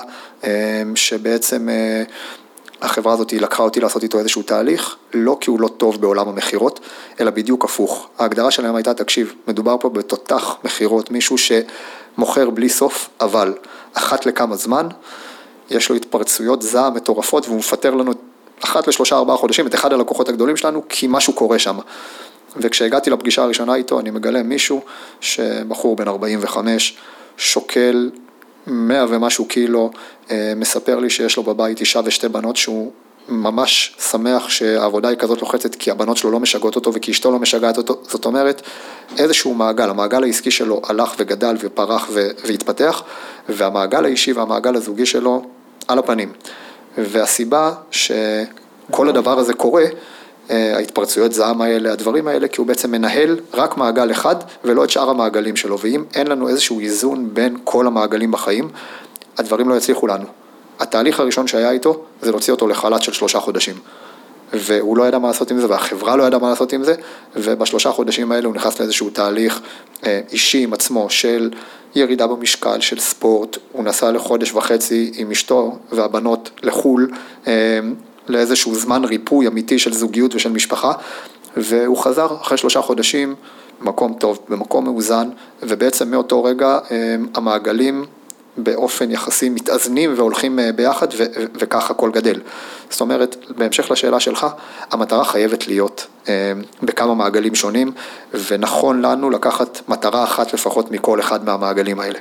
שבעצם החברה הזאת לקחה אותי לעשות איתו איזשהו תהליך, לא כי הוא לא טוב בעולם המחירות, אלא בדיוק הפוך. ההגדרה שלהם הייתה, תקשיב, מדובר פה בתותח מחירות, מישהו שמוכר בלי סוף, אבל אחת לכמה זמן, יש לו התפרצויות זעם מטורפות, והוא מפטר לנו 1-3-4 חודשים את אחד הלקוחות הגדולים שלנו, כי משהו קורה שם. וכשהגעתי לפגישה הראשונה איתו, אני מגלה מישהו שבחור בן 45, שוקל 100 ומשהו קילו, מספר לי שיש לו בבית אישה ו2 בנות, שהוא ממש שמח שהעבודה היא כזאת לוחצת, כי הבנות שלו לא משגעות אותו, וכי אשתו לא משגעת אותו. זאת אומרת, איזשהו מעגל, המעגל העסקי שלו הלך וגדל ופרח והתפתח, והמעגל האישי והמעגל הזוגי שלו על הפנים. והסיבה שכל הדבר הזה קורה, ההתפרצויות זעם האלה, הדברים האלה, כי הוא בעצם מנהל רק מעגל אחד, ולא את שאר המעגלים שלו. ואם אין לנו איזשהו איזון בין כל המעגלים בחיים, הדברים לא יצליחו לנו. התהליך הראשון שהיה איתו, זה להוציא אותו לחל"ת של 3 חודשים. והוא לא ידע מה לעשות עם זה, והחברה לא ידעה מה לעשות עם זה, וב3 חודשים האלה הוא נכנס לאיזשהו תהליך אישי עם עצמו, של ירידה במשקל, של ספורט, הוא נסע לחודש וחצי עם אשתו והבנות לחול, לאיזשהו זמן ריפוי אמיתי של זוגיות ושל משפחה, והוא חזר אחרי 3 חודשים, במקום טוב, במקום מאוזן, ובעצם מאותו רגע המעגלים באופן יחסי מתאזנים והולכים ביחד, וככה הכל גדל. זאת אומרת, בהמשך לשאלה שלך, המטרה חייבת להיות בכמה מעגלים שונים, ונכון לנו לקחת מטרה אחת לפחות מכל אחד מהמעגלים האלה.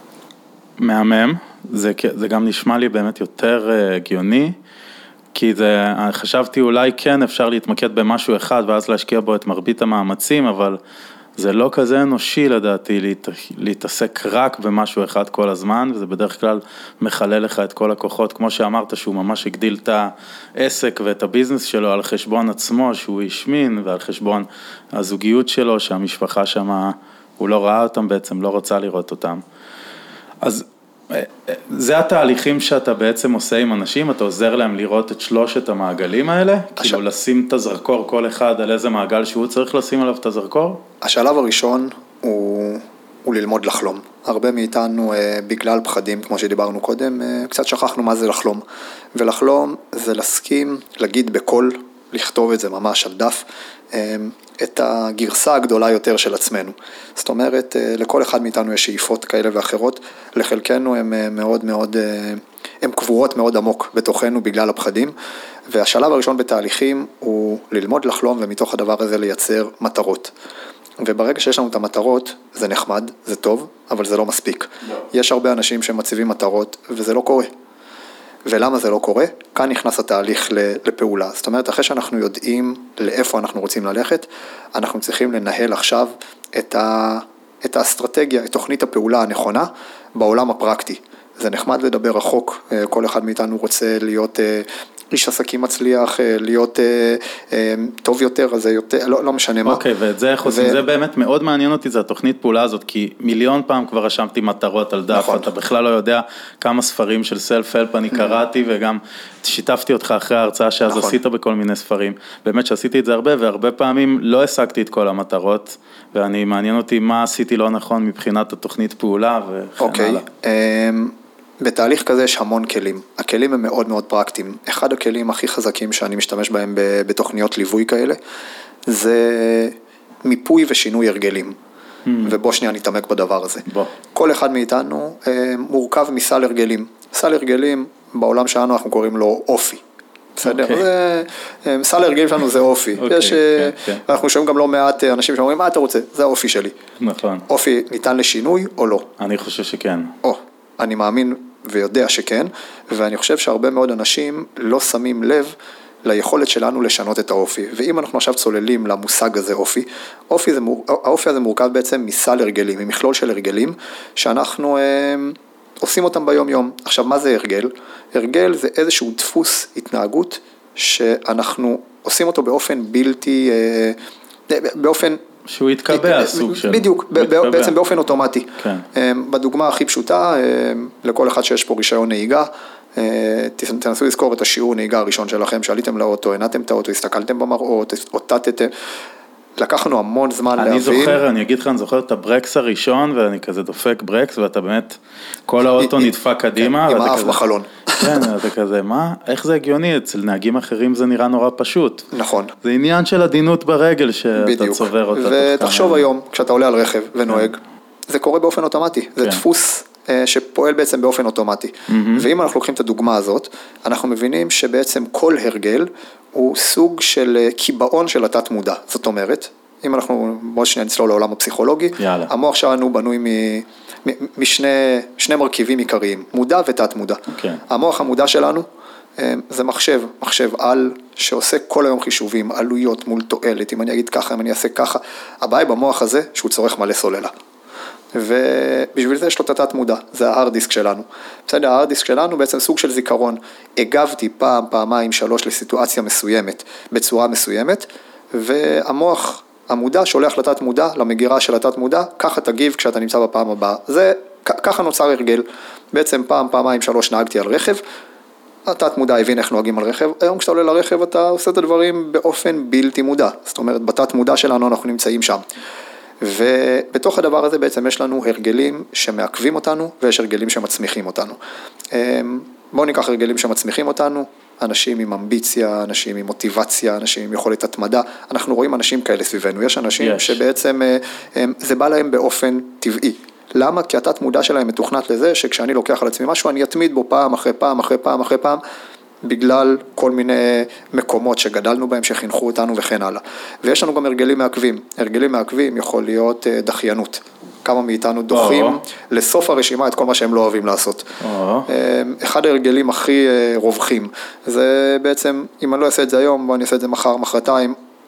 מהמם, זה גם נשמע לי באמת יותר הגיוני, כי חשבתי אולי כן אפשר להתמקד במשהו אחד, ואז להשקיע בו את מרבית המאמצים, אבל זה לא כזה אנושי לדעתי להתעסק רק במשהו אחד כל הזמן, וזה בדרך כלל מחלל לך את כל הכוחות, כמו שאמרת שהוא ממש הגדיל את העסק ואת הביזנס שלו על חשבון עצמו, שהוא השמין, ועל חשבון הזוגיות שלו, שהמשפחה שמה, הוא לא ראה אותם בעצם, לא רוצה לראות אותם. אז זה התהליכים שאתה בעצם עושה עם אנשים, אתה עוזר להם לראות את שלושת המעגלים האלה, כאילו לשים את הזרקור כל אחד על איזה מעגל שהוא צריך לשים עליו את הזרקור? השלב הראשון הוא ללמוד לחלום. הרבה מאיתנו בגלל פחדים, כמו שדיברנו קודם, קצת שכחנו מה זה לחלום. ולחלום זה להסכים, להגיד בקול, לכתוב את זה ממש על דף, את הגרסה הגדולה יותר של עצמנו. זאת אומרת, לכל אחד מאיתנו יש שאיפות כאלה ואחרות, לחלקנו הן מאוד מאוד, הן קבורות מאוד עמוק בתוכנו בגלל הפחדים, והשלב הראשון בתהליכים הוא ללמוד לחלום ומתוך הדבר הזה לייצר מטרות. וברגע שיש לנו את המטרות, זה נחמד, זה טוב, אבל זה לא מספיק. יש הרבה אנשים שמציבים מטרות וזה לא קורה. ולמה זה לא קורה? כאן נכנס התהליך לפעולה. זאת אומרת, אחרי שאנחנו יודעים לאיפה אנחנו רוצים ללכת, אנחנו צריכים לנהל עכשיו את האסטרטגיה, את תוכנית הפעולה הנכונה בעולם הפרקטי. זה נחמד לדבר רחוק, כל אחד מאיתנו רוצה להיות איש עסקים מצליח, להיות טוב יותר, אז זה יותר, לא משנה מה. אוקיי, ואת זה איך עושים? זה באמת מאוד מעניין אותי, זה התוכנית פעולה הזאת, כי מיליון פעם כבר רשמתי מטרות על דף, אתה בכלל לא יודע כמה ספרים של סלף-הלפ אני קראתי, וגם שיתפתי אותך אחרי ההרצאה שאז עשית בכל מיני ספרים. באמת שעשיתי את זה הרבה, והרבה פעמים לא השגתי את כל המטרות, ואני מעניין אותי מה עשיתי לא נכון מבחינת התוכנית פעולה וכן הלאה. בתהליך כזה יש המון כלים. הכלים הם מאוד מאוד פרקטיים. אחד הכלים הכי חזקים שאני משתמש בהם בתוכניות ליווי כאלה, זה מיפוי ושינוי הרגלים. ובוא שנייה נתעמק בדבר הזה. כל אחד מאיתנו מורכב מסל הרגלים. סל הרגלים, בעולם שלנו אנחנו קוראים לו אופי. בסדר? סל הרגלים שלנו זה אופי. אנחנו שומעים גם לא מעט אנשים שאומרים, מה אתה רוצה? זה האופי שלי. נכון. אופי ניתן לשינוי או לא? אני חושב שכן. אני מאמין ויודע שכן, ואני חושב שהרבה מאוד אנשים לא שמים לב ליכולת שלנו לשנות את האופי. ואם אנחנו עכשיו צוללים למושג הזה אופי, האופי הזה מורכב בעצם מסל הרגלים, ממכלול של הרגלים, שאנחנו עושים אותם ביום יום. עכשיו, מה זה הרגל? הרגל זה איזשהו דפוס התנהגות, שאנחנו עושים אותו באופן בלתי, באופן שהוא יתקבע סוג של... בדיוק, בעצם באופן אוטומטי. בדוגמה הכי פשוטה, לכל אחד שיש פה רישיון נהיגה, תנסו לזכור את השיעור נהיגה הראשון שלכם, שעליתם לאוטו, הנעתם את האוטו, הסתכלתם במראות, אותתתם, לקחנו המון זמן להבין. אני אגיד לך, אני זוכר את הברקס הראשון, ואני כזה דופק ברקס, ואתה באמת, כל האוטו נדפק קדימה. עם האף בחלון. כן, אתה כזה, מה? איך זה הגיוני? אצל נהגים אחרים זה נראה נורא פשוט. נכון. זה עניין של עדינות ברגל שאתה צובר אותה. ותחשוב היום, כשאתה עולה על רכב ונוהג, זה קורה באופן אוטומטי. זה דפוס שפועל בעצם באופן אוטומטי. ואם אנחנו לוקחים את הדוגמה הזאת, אנחנו מבינים שבעצם כל הרגל הוא סוג של קיבעון של התת מודע. זאת אומרת, אם אנחנו בוא שניה נצלול לעולם הפסיכולוגי, המוח שלנו בנוי משני מרכיבים עיקריים, מודע ותת מודע. המוח המודע שלנו זה מחשב על שעושה כל היום חישובים, עלויות מול תועלת, אם אני אגיד ככה, אם אני אעשה ככה, הבעיה במוח הזה שהוא צורך מלא סוללה. ובשביל זה יש לו את התת מודע, זה ההארד דיסק שלנו. בסדר, ההארד דיסק שלנו בעצם סוג של זיכרון. הגבתי פעם, פעמיים, 3 לסיטואציה מסוימת, בצורה מסוימת, והמוח המודע שולח לתת מודע, למגירה של התת מודע, ככה תגיב כשאתה נמצא בפעם הבאה. ככה נוצר הרגל. בעצם פעם, פעמיים, 3 נהגתי על רכב, התת מודע הבין איך נוהגים על רכב, היום כשאתה עולה לרכב אתה עושה את הדברים באופן בלתי מודע. זאת אומרת, בתת מודע שלנו אנחנו נמצאים שם. ובתוך הדבר הזה בעצם יש לנו הרגלים שמעכבים אותנו, ויש הרגלים שמצמיחים אותנו. בואו ניקח הרגלים שמצמיחים אותנו, אנשים עם אמביציה, אנשים עם מוטיבציה, אנשים עם יכולת התמדה, אנחנו רואים אנשים כאלה סביבנו, יש אנשים שבעצם זה בא להם באופן טבעי. למה? כי התת מודע שלהם מתוכנת לזה שכשאני לוקח על עצמי משהו, אני אתמיד בו פעם אחרי פעם אחרי פעם אחרי פעם, בגלל כל מיני מקומות שגדלנו בהם, שחינכו אותנו וכן הלאה. ויש לנו גם הרגלים מעכבים. הרגלים מעכבים יכול להיות דחיינות. כמה מאיתנו דוחים לסוף הרשימה את כל מה שהם לא אוהבים לעשות. אחד ההרגלים הכי רווחים, זה בעצם, אם אני לא אעשה את זה היום, בוא אני אעשה את זה מחר, מחרתיים,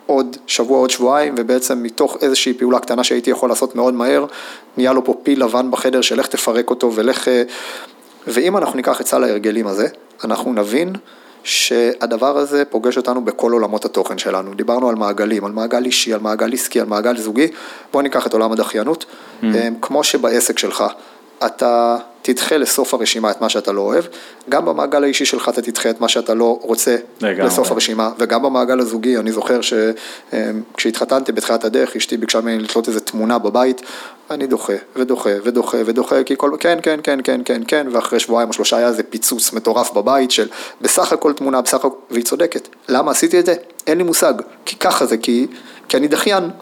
עוד שבוע, עוד שבועיים, ובעצם מתוך איזושהי פעולה קטנה שהייתי יכול לעשות מאוד מהר, נהיה לו פה פיל לבן בחדר של איך תפרק אותו ואם אנחנו ניקח את סל ההרגלים הזה, אנחנו נבין שהדבר הזה פוגש אותנו בכל עולמות התוכן שלנו. דיברנו על מעגלים, על מעגל אישי, על מעגל עסקי, על מעגל זוגי. בואו ניקח את עולם הדחיינות. כמו שבעסק שלך, אתה תדחה לסוף הרשימה את מה שאתה לא אוהב, גם במעגל האישי שלך אתה תדחה את מה שאתה לא רוצה לסוף הרשימה, וגם במעגל הזוגי, אני זוכר שכשהתחתנתי בתחילת הדרך, אשתי ביקשה ממני לתלות איזו תמונה בבית, אני דוחה ודוחה ודוחה ודוחה, כי כל כן, כן, כן, כן, כן, כן, ואחרי שבועיים או שלושה היה איזה פיצוץ מטורף בבית של בסך הכל תמונה, בסך הכל, והיא צודקת. למה עשיתי את זה? אין לי מושג, כי ככה זה, כי אני דחיין.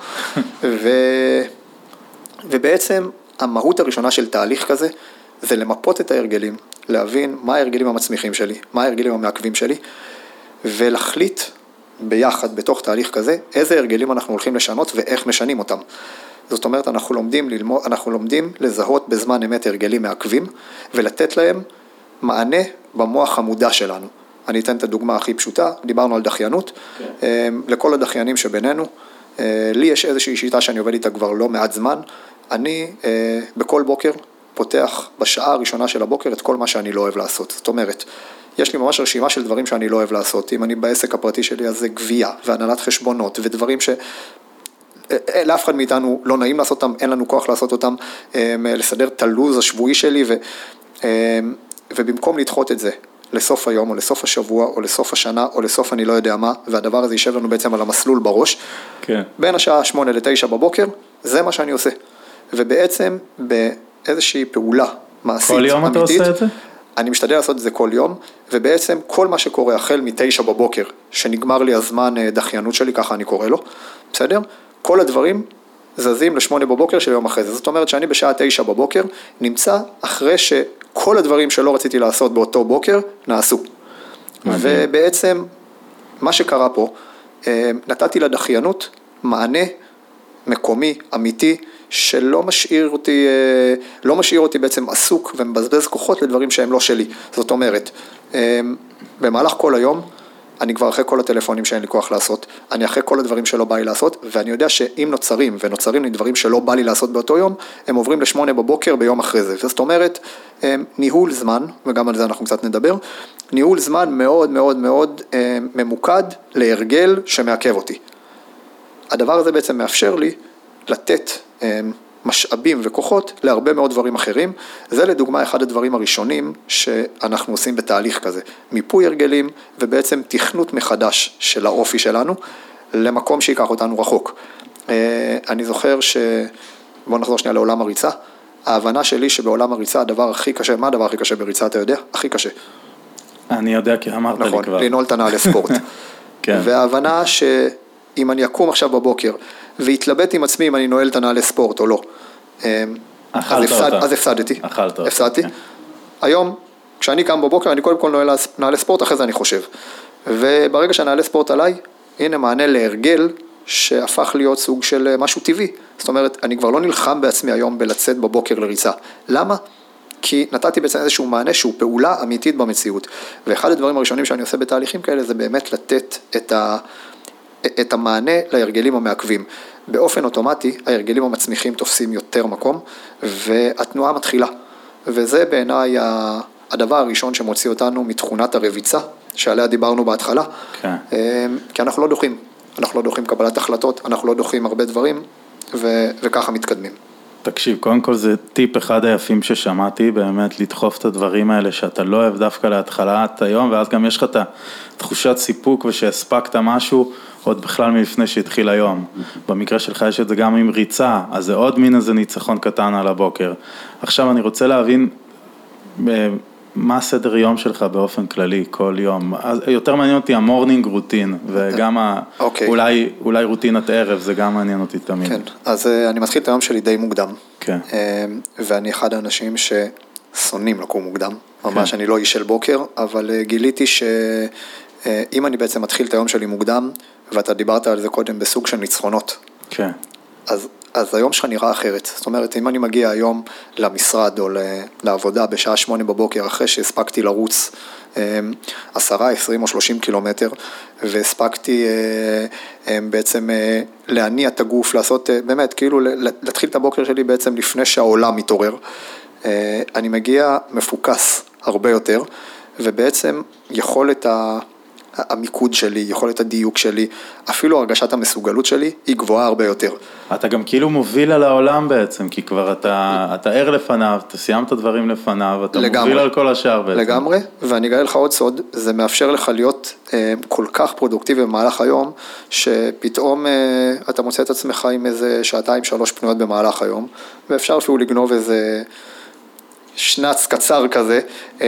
ובעצם המהות הראשונה של תהליך כזה, זה למפות את ההרגלים, להבין מה ההרגלים המצמיחים שלי, מה ההרגלים המעכבים שלי, ולהחליט ביחד בתוך תהליך כזה, איזה הרגלים אנחנו הולכים לשנות ואיך משנים אותם. זאת אומרת, אנחנו לומדים לזהות בזמן אמת הרגלים מעכבים, ולתת להם מענה במוח המודע שלנו. אני אתן את הדוגמה הכי פשוטה, דיברנו על דחיינות, לכל הדחיינים שבינינו, לי יש איזושהי שיטה שאני עובד איתה כבר לא מעט זמן, אני בכל בוקר פותח בשעה הראשונה של הבוקר את כל מה שאני לא אוהב לעשות. זאת אומרת, יש לי ממש רשימה של דברים שאני לא אוהב לעשות. אם אני בעסק הפרטי שלי, אז זה גבייה והנהלת חשבונות ודברים לאף אחד מאיתנו לא נעים לעשות אותם, אין לנו כוח לעשות אותם, לסדר את הלוז השבועי שלי, ובמקום לדחות את זה לסוף היום, או לסוף השבוע, או לסוף השנה, או לסוף אני לא יודע מה, והדבר הזה יישב לנו בעצם על המסלול בראש, כן. בין השעה 8 ל-9 בבוקר, זה מה שאני עושה. ובעצם באיזושהי פעולה מעשית, כל יום אמיתית, אתה עושה את זה? אני משתדל לעשות את זה כל יום, ובעצם כל מה שקורה החל מ-9 בבוקר, שנגמר לי הזמן דחיינות שלי, ככה אני קורא לו, בסדר? כל הדברים זזים ל-8 בבוקר של יום אחרי זה. זאת אומרת שאני בשעה 9 בבוקר נמצא אחרי שכל הדברים שלא רציתי לעשות באותו בוקר נעשו. ובעצם מה שקרה פה, נתתי לדחיינות מענה מקומי, אמיתי, שלא משאיר אותי בעצם עסוק ומבזבז כוחות לדברים שהם לא שלי. זאת אומרת, במהלך כל היום, אני כבר אחרי כל הטלפונים שאין לי כוח לעשות, אני אחרי כל הדברים שלא בא לי לעשות, ואני יודע שאם נוצרים לי דברים שלא בא לי לעשות באותו יום, הם עוברים ל8 בבוקר ביום אחרי זה. זאת אומרת, ניהול זמן, וגם על זה אנחנו קצת נדבר, ניהול זמן מאוד מאוד מאוד ממוקד להרגל שמעכב אותי. הדבר הזה בעצם מאפשר לי לתת משאבים וכוחות להרבה מאוד דברים אחרים. זה לדוגמה אחד הדברים הראשונים שאנחנו עושים בתהליך כזה. מיפוי הרגלים ובעצם תכנות מחדש של האופי שלנו למקום שיקח אותנו רחוק. אני זוכר בוא נחזור שנייה לעולם הריצה. ההבנה שלי שבעולם הריצה הדבר הכי קשה, מה הדבר הכי קשה בריצה אתה יודע? הכי קשה. אני יודע כי אמרת לי כבר. נכון, לנעול את הנעלי ספורט. כן. וההבנה שאם אני אקום עכשיו בבוקר והתלבט עם עצמי אם אני נועל את הנעלי ספורט או לא. אז הפסדתי. הפסדתי. היום, כשאני קם בבוקר, אני קודם כל נועל נעלי ספורט, אחרי זה אני חושב. וברגע שהנעלי ספורט עליי, הנה מענה להרגל שהפך להיות סוג של משהו טבעי. זאת אומרת, אני כבר לא נלחם בעצמי היום בלצאת בבוקר לריצה. למה? כי נתתי בעצם איזשהו מענה שהוא פעולה אמיתית במציאות. ואחד הדברים הראשונים שאני עושה בתהליכים כאלה, זה באמת לתת את המענה להרגלים המעכבים. באופן אוטומטי, ההרגלים המצמיחים תופסים יותר מקום, והתנועה מתחילה. וזה בעיניי הדבר הראשון שמוציא אותנו מתכונת הרביצה, שעליה דיברנו בהתחלה. כן. כי אנחנו לא דוחים. אנחנו לא דוחים קבלת החלטות, אנחנו לא דוחים הרבה דברים, וככה מתקדמים. תקשיב, קודם כל זה טיפ אחד היפים ששמעתי, באמת לדחוף את הדברים האלה שאתה לא אוהב דווקא להתחלת היום, ואז גם יש לך את תחושת סיפוק ושהספקת משהו עוד בכלל מלפני שהתחיל היום. במקרה שלך יש את זה גם עם ריצה, אז זה עוד מין איזה ניצחון קטן על הבוקר. עכשיו אני רוצה להבין מה הסדר יום שלך באופן כללי כל יום. יותר מעניין אותי המורנינג רוטין, וגם אולי רוטינת ערב, זה גם מעניין אותי תמיד. כן, אז אני מתחיל את היום שלי די מוקדם. כן. ואני אחד האנשים ששונאים לקום מוקדם. ממש אני לא איש של בוקר, אבל גיליתי שאם אני בעצם מתחיל את היום שלי מוקדם, ואתה דיברת על זה קודם בסוג של ניצחונות. כן. אז היום שלך נראה אחרת. זאת אומרת, אם אני מגיע היום למשרד או לעבודה בשעה 8 בבוקר, אחרי שהספקתי לרוץ 10, 20 או 30 קילומטר, והספקתי בעצם להניע את הגוף, לעשות באמת, כאילו להתחיל את הבוקר שלי בעצם לפני שהעולם מתעורר. אני מגיע מפוקס הרבה יותר, ובעצם יכולת המיקוד שלי, יכולת הדיוק שלי, אפילו הרגשת המסוגלות שלי, היא גבוהה הרבה יותר. אתה גם כאילו מוביל על העולם בעצם, כי כבר אתה ער לפניו, אתה סיימת דברים לפניו, אתה מוביל על כל השאר בעצם. לגמרי, ואני אגלה לך עוד סוד, זה מאפשר לך להיות כל כך פרודוקטיבי במהלך היום, שפתאום אתה מוצא את עצמך עם איזה 2-3 פנויות במהלך היום, ואפשר אפילו לגנוב איזה שנץ קצר כזה,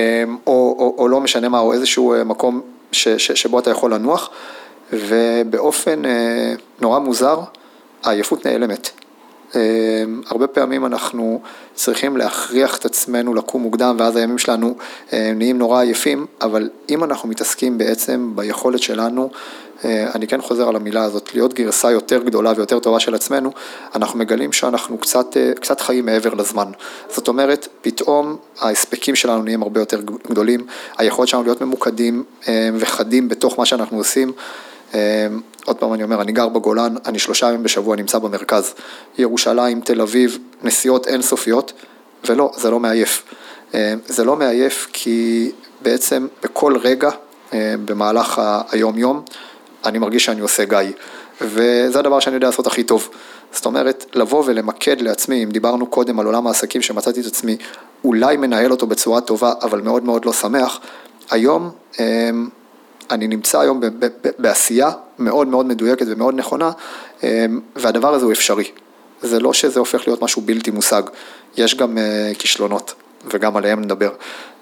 או לא משנה מה, או איזשהו מקום שבו אתה יכול לנוח, ובאופן נורא מוזר, העייפות נעלמת. הרבה פעמים אנחנו צריכים להכריח את עצמנו לקום מוקדם, ואז הימים שלנו נהיים נורא עייפים, אבל אם אנחנו מתעסקים בעצם ביכולת שלנו, אני כן חוזר על המילה הזאת, להיות גרסה יותר גדולה ויותר טובה של עצמנו, אנחנו מגלים שאנחנו קצת חיים מעבר לזמן. זאת אומרת, פתאום ההספקים שלנו נהיים הרבה יותר גדולים, היכולת שלנו להיות ממוקדים וחדים בתוך מה שאנחנו עושים. עוד פעם אני אומר, אני גר בגולן, אני 3 ימים בשבוע נמצא במרכז, ירושלים, תל אביב, נסיעות אינסופיות, ולא, זה לא מעייף. זה לא מעייף כי בעצם בכל רגע במהלך היום-יום, אני מרגיש שאני עושה גיא, וזה הדבר שאני יודע לעשות הכי טוב. זאת אומרת, לבוא ולמקד לעצמי, אם דיברנו קודם על עולם העסקים שמצאתי את עצמי, אולי מנהל אותו בצורה טובה, אבל מאוד מאוד לא שמח, היום אני נמצא היום בעשייה מאוד מאוד מדויקת ומאוד נכונה, והדבר הזה הוא אפשרי. זה לא שזה הופך להיות משהו בלתי מושג, יש גם כישלונות, וגם עליהם נדבר,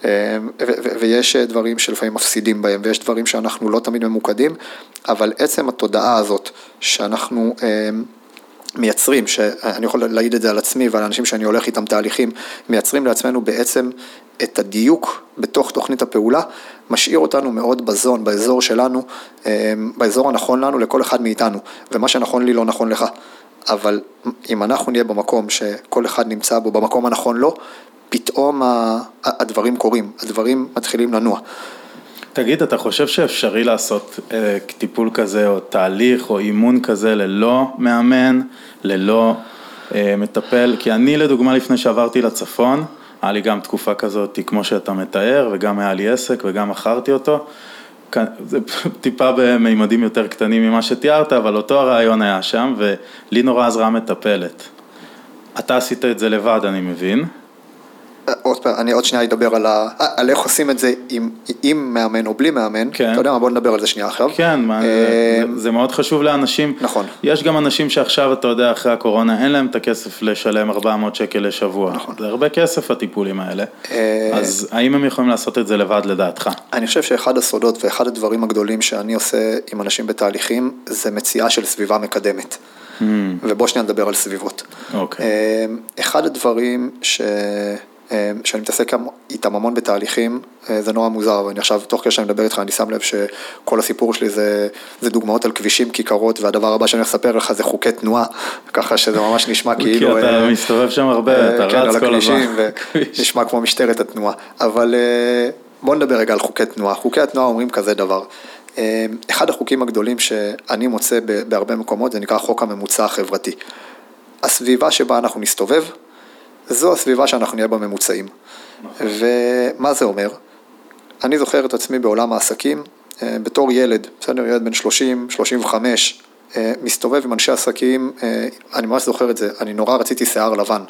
ויש דברים שלפעמים מפסידים בהם, ויש דברים שאנחנו לא תמיד ממוקדים, אבל עצם התודעה הזאת שאנחנו מייצרים, שאני יכול להעיד את זה על עצמי ועל האנשים שאני הולך איתם תהליכים, מייצרים לעצמנו בעצם את הדיוק בתוך תוכנית הפעולה, משאיר אותנו מאוד בזון, באזור שלנו, באזור הנכון לנו לכל אחד מאיתנו, ומה שנכון לי לא נכון לך. אבל אם אנחנו נהיה במקום שכל אחד נמצא בו, במקום הנכון לו, פתאום הדברים קורים, הדברים מתחילים לנוע. תגיד, אתה חושב שאפשרי לעשות טיפול כזה, או תהליך, או אימון כזה, ללא מאמן, ללא מטפל? כי אני, לדוגמה, לפני שעברתי לצפון, היה לי גם תקופה כזאת, כמו שאתה מתאר, וגם היה לי עסק, וגם מכרתי אותו. זה טיפה במימדים יותר קטנים ממה שתיארת, אבל אותו הרעיון היה שם, ולי נורא עזרה מטפלת. אתה עשית את זה לבד, אני מבין. אני עוד שנייה אדבר על איך עושים את זה עם מאמן או בלי מאמן. אתה יודע מה, בוא נדבר על זה שנייה עכשיו. כן, זה מאוד חשוב לאנשים. נכון. יש גם אנשים שעכשיו, אתה יודע, אחרי הקורונה, אין להם את הכסף לשלם 400 שקל לשבוע. נכון. זה הרבה כסף הטיפולים האלה. אז האם הם יכולים לעשות את זה לבד לדעתך? אני חושב שאחד הסודות ואחד הדברים הגדולים שאני עושה עם אנשים בתהליכים, זה מציאה של סביבה מקדמת. ובוא שנייה נדבר על סביבות. אוקיי. אחד הדברים שאני מתעסק איתם המון בתהליכים, זה נורא מוזר, ואני עכשיו, תוך כדי שאני מדבר איתך, אני שם לב שכל הסיפור שלי זה דוגמאות על כבישים, כיכרות, והדבר הבא שאני אספר לך זה חוקי תנועה, ככה שזה ממש נשמע כאילו... כי אתה מסתובב שם הרבה, אתה רץ כל הזמן. ונשמע כמו משטרת התנועה. אבל בוא נדבר רגע על חוקי תנועה. חוקי התנועה אומרים כזה דבר. אחד החוקים הגדולים שאני מוצא בהרבה מקומות, זה נקרא חוק הממוצע החברתי. הסביבה שבה אנחנו נסתובב, זו הסביבה שאנחנו נהיה בממוצעים. ומה זה אומר? אני זוכר את עצמי בעולם העסקים, בתור ילד, בסדר, ילד בן 30, 35, מסתובב עם אנשי עסקים, אני ממש זוכר את זה, אני נורא רציתי שיער לבן,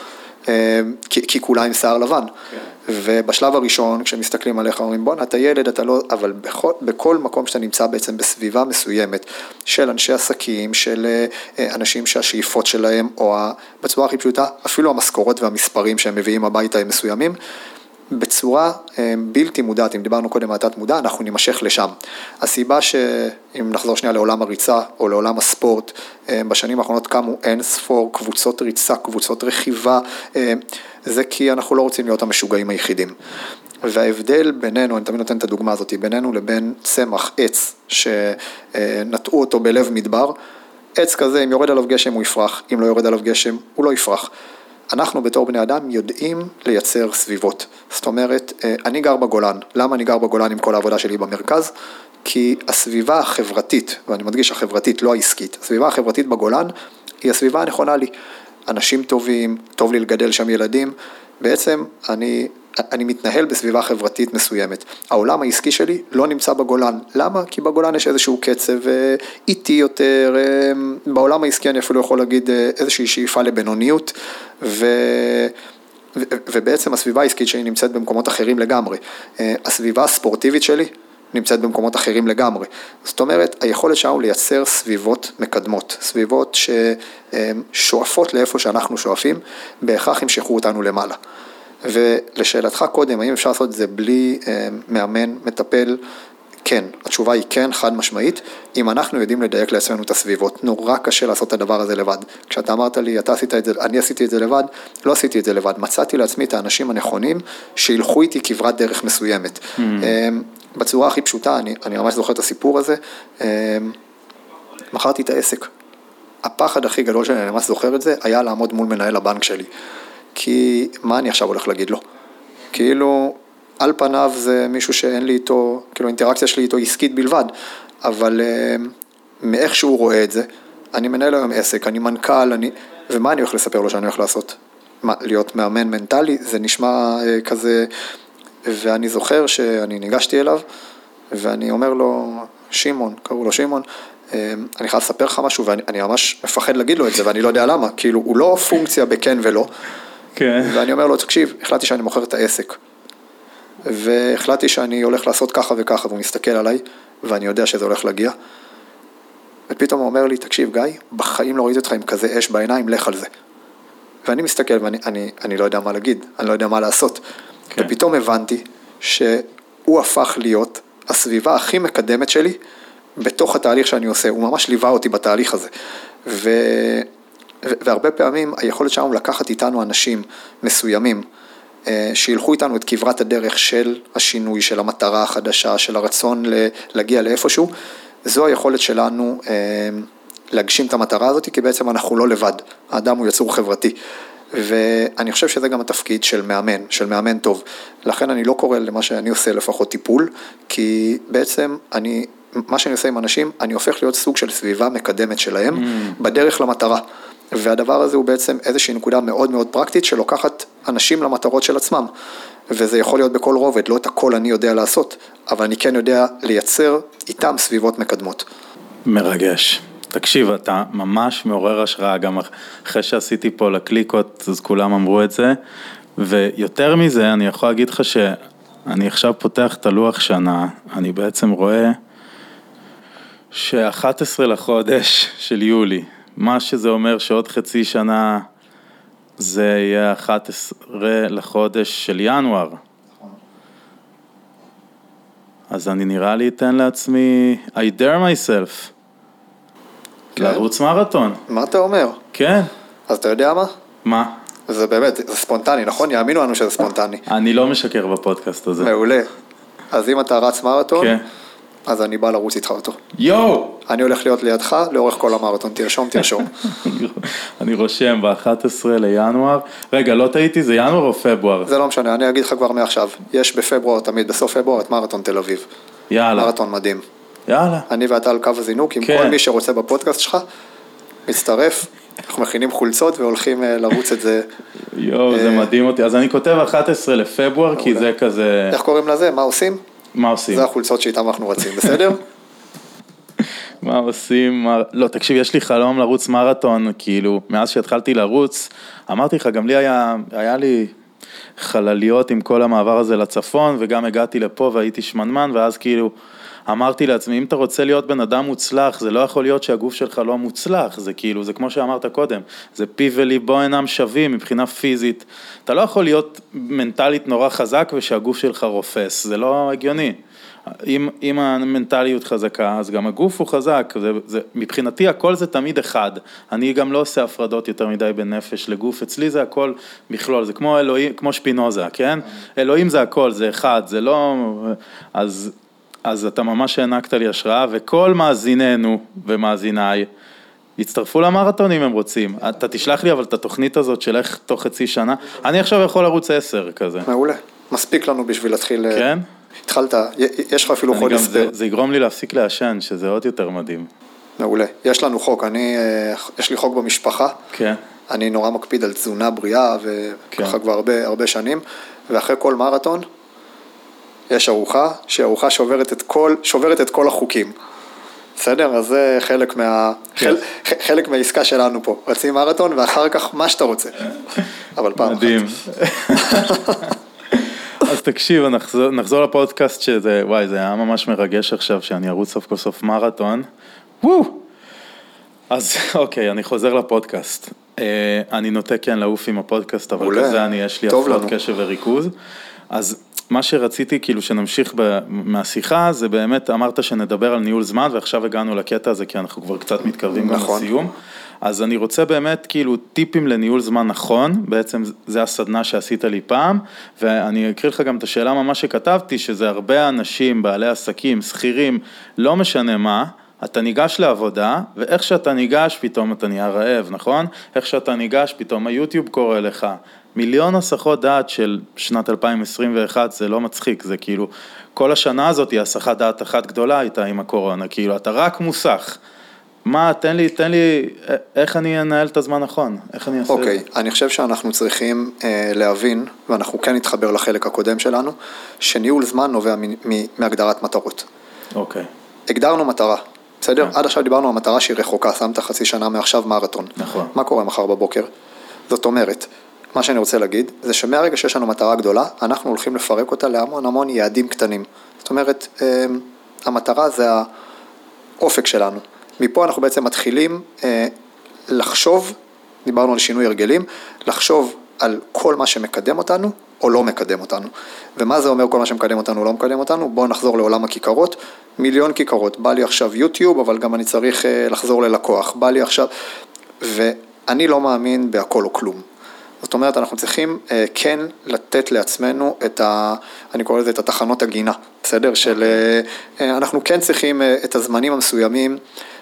כי כולה עם שיער לבן. ובשלב הראשון, כשמסתכלים עליך, אומרים, בוא, אתה ילד, אתה לא, אבל בכל מקום שאתה נמצא בעצם בסביבה מסוימת, של אנשי עסקים, של אנשים שהשאיפות שלהם, או בצורה הכי פשוטה, אפילו המשכורות והמספרים שהם מביאים הביתה הם מסוימים, בצורה בלתי מודעת, אם דיברנו קודם על תת מודע, אנחנו נמשך לשם. הסיבה שאם נחזור שנייה לעולם הריצה או לעולם הספורט, בשנים האחרונות קמו אין ספור קבוצות ריצה, קבוצות רכיבה, זה כי אנחנו לא רוצים להיות המשוגעים היחידים. וההבדל בינינו, אני תמיד נותן את הדוגמה הזאת, בינינו לבין צמח עץ שנטעו אותו בלב מדבר, עץ כזה, אם יורד עליו גשם הוא יפרח, אם לא יורד עליו גשם הוא לא יפרח. אנחנו בתור בני אדם יודעים לייצר סביבות. זאת אומרת, אני גר בגולן. למה אני גר בגולן עם כל העבודה שלי במרכז? כי הסביבה החברתית, ואני מדגיש החברתית, לא העסקית, הסביבה החברתית בגולן היא הסביבה הנכונה לי. אנשים טובים, טוב לי לגדל שם ילדים, בעצם אני מתנהל בסביבה חברתית מסוימת. העולם העסקי שלי לא נמצא בגולן. למה? כי בגולן יש איזשהו קצב איטי יותר, בעולם העסקי אני אפילו יכול להגיד איזושהי שאיפה לבינוניות, ובעצם הסביבה העסקית שלי נמצאת במקומות אחרים לגמרי. הסביבה הספורטיבית שלי נמצאת במקומות אחרים לגמרי. זאת אומרת, היכולת שלנו לייצר סביבות מקדמות, סביבות ששואפות לאיפה שאנחנו שואפים, בהכרח ימשכו אותנו למעלה. ולשאלתך קודם, האם אפשר לעשות את זה בלי מאמן, מטפל? כן, התשובה היא כן, חד משמעית. אם אנחנו יודעים לדייק לעצמנו את הסביבות, נורא קשה לעשות את הדבר הזה לבד. כשאתה אמרת לי, אתה עשית את זה, אני עשיתי את זה לבד, לא עשיתי את זה לבד. מצאתי לעצמי את האנשים הנכונים שילכו איתי כברת דרך מסוימת. בצורה הכי פשוטה, אני ממש זוכר את הסיפור הזה, מכרתי את העסק. הפחד הכי גדול שלי, אני ממש זוכר את זה, היה לעמוד מול מנהל הבנק שלי. כי מה אני עכשיו הולך להגיד לו? כאילו, על פניו זה מישהו שאין לי איתו, כאילו אינטראקציה שלי איתו עסקית בלבד, אבל מאיך שהוא רואה את זה, אני מנהל היום עסק, אני מנכ"ל, ומה אני הולך לספר לו שאני הולך לעשות? מה, להיות מאמן מנטלי? זה נשמע כזה, ואני זוכר שאני ניגשתי אליו, ואני אומר לו, שימון, קראו לו שימון, אני חייב לספר לך משהו, ואני ממש מפחד להגיד לו את זה, ואני לא יודע למה, כאילו הוא לא פונקציה בכן ולא, כן. ואני אומר לו, תקשיב, החלטתי שאני מוכר את העסק, והחלטתי שאני הולך לעשות ככה וככה, והוא מסתכל עליי, ואני יודע שזה הולך להגיע, ופתאום הוא אומר לי, תקשיב גיא, בחיים לא ראיתי אותך עם כזה אש בעיניים, לך על זה. ואני מסתכל, ואני לא יודע מה להגיד, אני לא יודע מה לעשות, כן. ופתאום הבנתי שהוא הפך להיות הסביבה הכי מקדמת שלי, בתוך התהליך שאני עושה, הוא ממש ליווה אותי בתהליך הזה, והרבה פעמים היכולת שלנו לקחת איתנו אנשים מסוימים, שילכו איתנו את כברת הדרך של השינוי, של המטרה החדשה, של הרצון להגיע לאיפשהו, זו היכולת שלנו להגשים את המטרה הזאת, כי בעצם אנחנו לא לבד, האדם הוא יצור חברתי, ואני חושב שזה גם התפקיד של מאמן טוב, לכן אני לא קורא למה שאני עושה לפחות טיפול, כי בעצם מה שאני עושה עם אנשים, אני הופך להיות סוג של סביבה מקדמת שלהם, בדרך למטרה, והדבר הזה הוא בעצם איזושהי נקודה מאוד מאוד פרקטית, שלוקחת אנשים למטרות של עצמם, וזה יכול להיות בכל רובד, לא את הכל אני יודע לעשות, אבל אני כן יודע לייצר איתם סביבות מקדמות. מרגש. תקשיב, אתה ממש מעורר השראה, גם אחרי שעשיתי פה לקליקות, אז כולם אמרו את זה, ויותר מזה, אני יכול להגיד לך שאני עכשיו פותח את הלוח שנה, אני בעצם רואה ש11 לחודש של יולי, מה שזה אומר שעוד חצי שנה, זה יהיה 11 לחודש של ינואר. אז אני נראה לי אתן לעצמי, I dare myself. לרוץ מרתון. מה אתה אומר? כן. אז אתה יודע מה? מה? זה באמת, זה ספונטני, נכון? יאמינו לנו שזה ספונטני. אני לא משקר בפודקאסט הזה. מעולה. אז אם אתה רץ מרתון, כן. אז אני בא לרוץ איתך אותו. יואו! אני הולך להיות לידך לאורך כל המרתון, תרשום. אני רושם ב-11 לינואר. רגע, לא טעיתי, זה ינואר או פברואר? זה לא משנה, אני אגיד לך כבר מעכשיו. יש בפברואר, תמיד בסוף פברואר, את מרתון תל אביב. יאללה. מרתון מדהים. יאללה. אני ואתה על קו הזינוק, עם כל מי שרוצה בפודקאסט שלך, מצטרף, אנחנו מכינים חולצות והולכים לרוץ את זה. יואו, זה מדהים אותי. אז אני כותב 11 לפברואר, כי זה כזה... איך קוראים לזה? מה עושים? מה עושים? זה החולצות שאיתם אנחנו רצים, בסדר? מה עושים? לא, תקשיב, יש לי חלום לרוץ מרתון, כאילו, מאז שהתחלתי לרוץ, אמרתי לך, גם לי היה לי חלליות עם כל המעבר הזה לצפון, וגם הגעתי לפה והייתי שמנמן, ואז כאילו אמרתי לעצמי, אם אתה רוצה להיות בן אדם מוצלח, זה לא יכול להיות שהגוף שלך לא מוצלח, זה כאילו, זה כמו שאמרת קודם, זה פי וליבו אינם שווים מבחינה פיזית, אתה לא יכול להיות מנטלית נורא חזק ושהגוף שלך רופס, זה לא הגיוני. אם המנטליות חזקה, אז גם הגוף הוא חזק, מבחינתי הכל זה תמיד אחד, אני גם לא עושה הפרדות יותר מדי בין נפש לגוף, אצלי זה הכל מכלול, זה כמו אלוהים, כמו שפינוזה, כן? אלוהים זה הכל, זה אחד, זה לא, אז אתה ממש הענקת לי השראה, וכל מאזיננו ומאזיניי, יצטרפו למרתון אם הם רוצים. אתה תשלח לי אבל את התוכנית הזאת של איך תוך חצי שנה. אני עכשיו יכול לרוץ 10 כזה. מעולה. מספיק לנו בשביל להתחיל... כן? התחלת, יש לך אפילו חודש ספר. זה יגרום לי להפסיק לעשן, שזה עוד יותר מדהים. מעולה. יש לנו חוק, יש לי חוק במשפחה. כן. אני נורא מקפיד על תזונה בריאה, וככה כבר הרבה שנים, ואחרי כל מרתון, יש ארוחה, שהיא ארוחה שוברת את כל החוקים. בסדר? אז זה חלק מהעסקה שלנו פה. רצים מרתון, ואחר כך מה שאתה רוצה. אבל פעם אחת. מדהים. אז תקשיב, נחזור לפודקאסט שזה, וואי, זה היה ממש מרגש עכשיו שאני ארוץ סוף כל סוף מרתון. אז אוקיי, אני חוזר לפודקאסט. אני נוטה כן לעוף עם הפודקאסט, אבל כזה יש לי הפרעות קשב וריכוז. אז מה שרציתי כאילו שנמשיך מהשיחה, זה באמת אמרת שנדבר על ניהול זמן, ועכשיו הגענו לקטע הזה, כי אנחנו כבר קצת מתקרבים גם לסיום. אז אני רוצה באמת כאילו טיפים לניהול זמן נכון, בעצם זה הסדנה שעשית לי פעם, ואני אקריא לך גם את השאלה ממש שכתבתי, שזה הרבה אנשים, בעלי עסקים, שכירים, לא משנה מה, אתה ניגש לעבודה, ואיך שאתה ניגש, פתאום אתה נהיה רעב, נכון? איך שאתה ניגש, פתאום היוטיוב קורא לך. מיליון הסחות דעת של שנת 2021, זה לא מצחיק, זה כאילו, כל השנה הזאת היא הסחת דעת אחת גדולה הייתה עם הקורונה, כאילו, אתה רק מוסך. מה, תן לי, איך אני אנהל את הזמן נכון? איך אני אעשה את זה? אוקיי, אני חושב שאנחנו צריכים להבין, ואנחנו כן נתחבר לחלק הקודם שלנו, שניהול זמן נובע מהגדרת מטרות. אוקיי. הגדרנו מטרה. בסדר? עד עכשיו דיברנו על מטרה שהיא רחוקה, שמת חצי שנה מעכשיו מרתון. נכון. מה קורה מחר בבוקר? זאת אומרת, מה שאני רוצה להגיד, זה שמהרגע שיש לנו מטרה גדולה, אנחנו הולכים לפרק אותה להמון יעדים קטנים. זאת אומרת, המטרה זה האופק שלנו. מפה אנחנו בעצם מתחילים לחשוב, דיברנו על שינוי הרגלים, לחשוב על כל מה שמקדם אותנו, או לא מקדם אותנו. ומה זה אומר כל מה שמקדם אותנו או לא מקדם אותנו? בואו נחזור לעולם הכיכרות, מיליון כיכרות. בא לי עכשיו יוטיוב, אבל גם אני צריך לחזור ללקוח. בא לי עכשיו, ואני לא מאמין בהכל או כלום. זאת אומרת, אנחנו צריכים כן לתת לעצמנו אני קורא לזה את התחנות הגינה, בסדר? אנחנו כן צריכים את הזמנים המסוימים,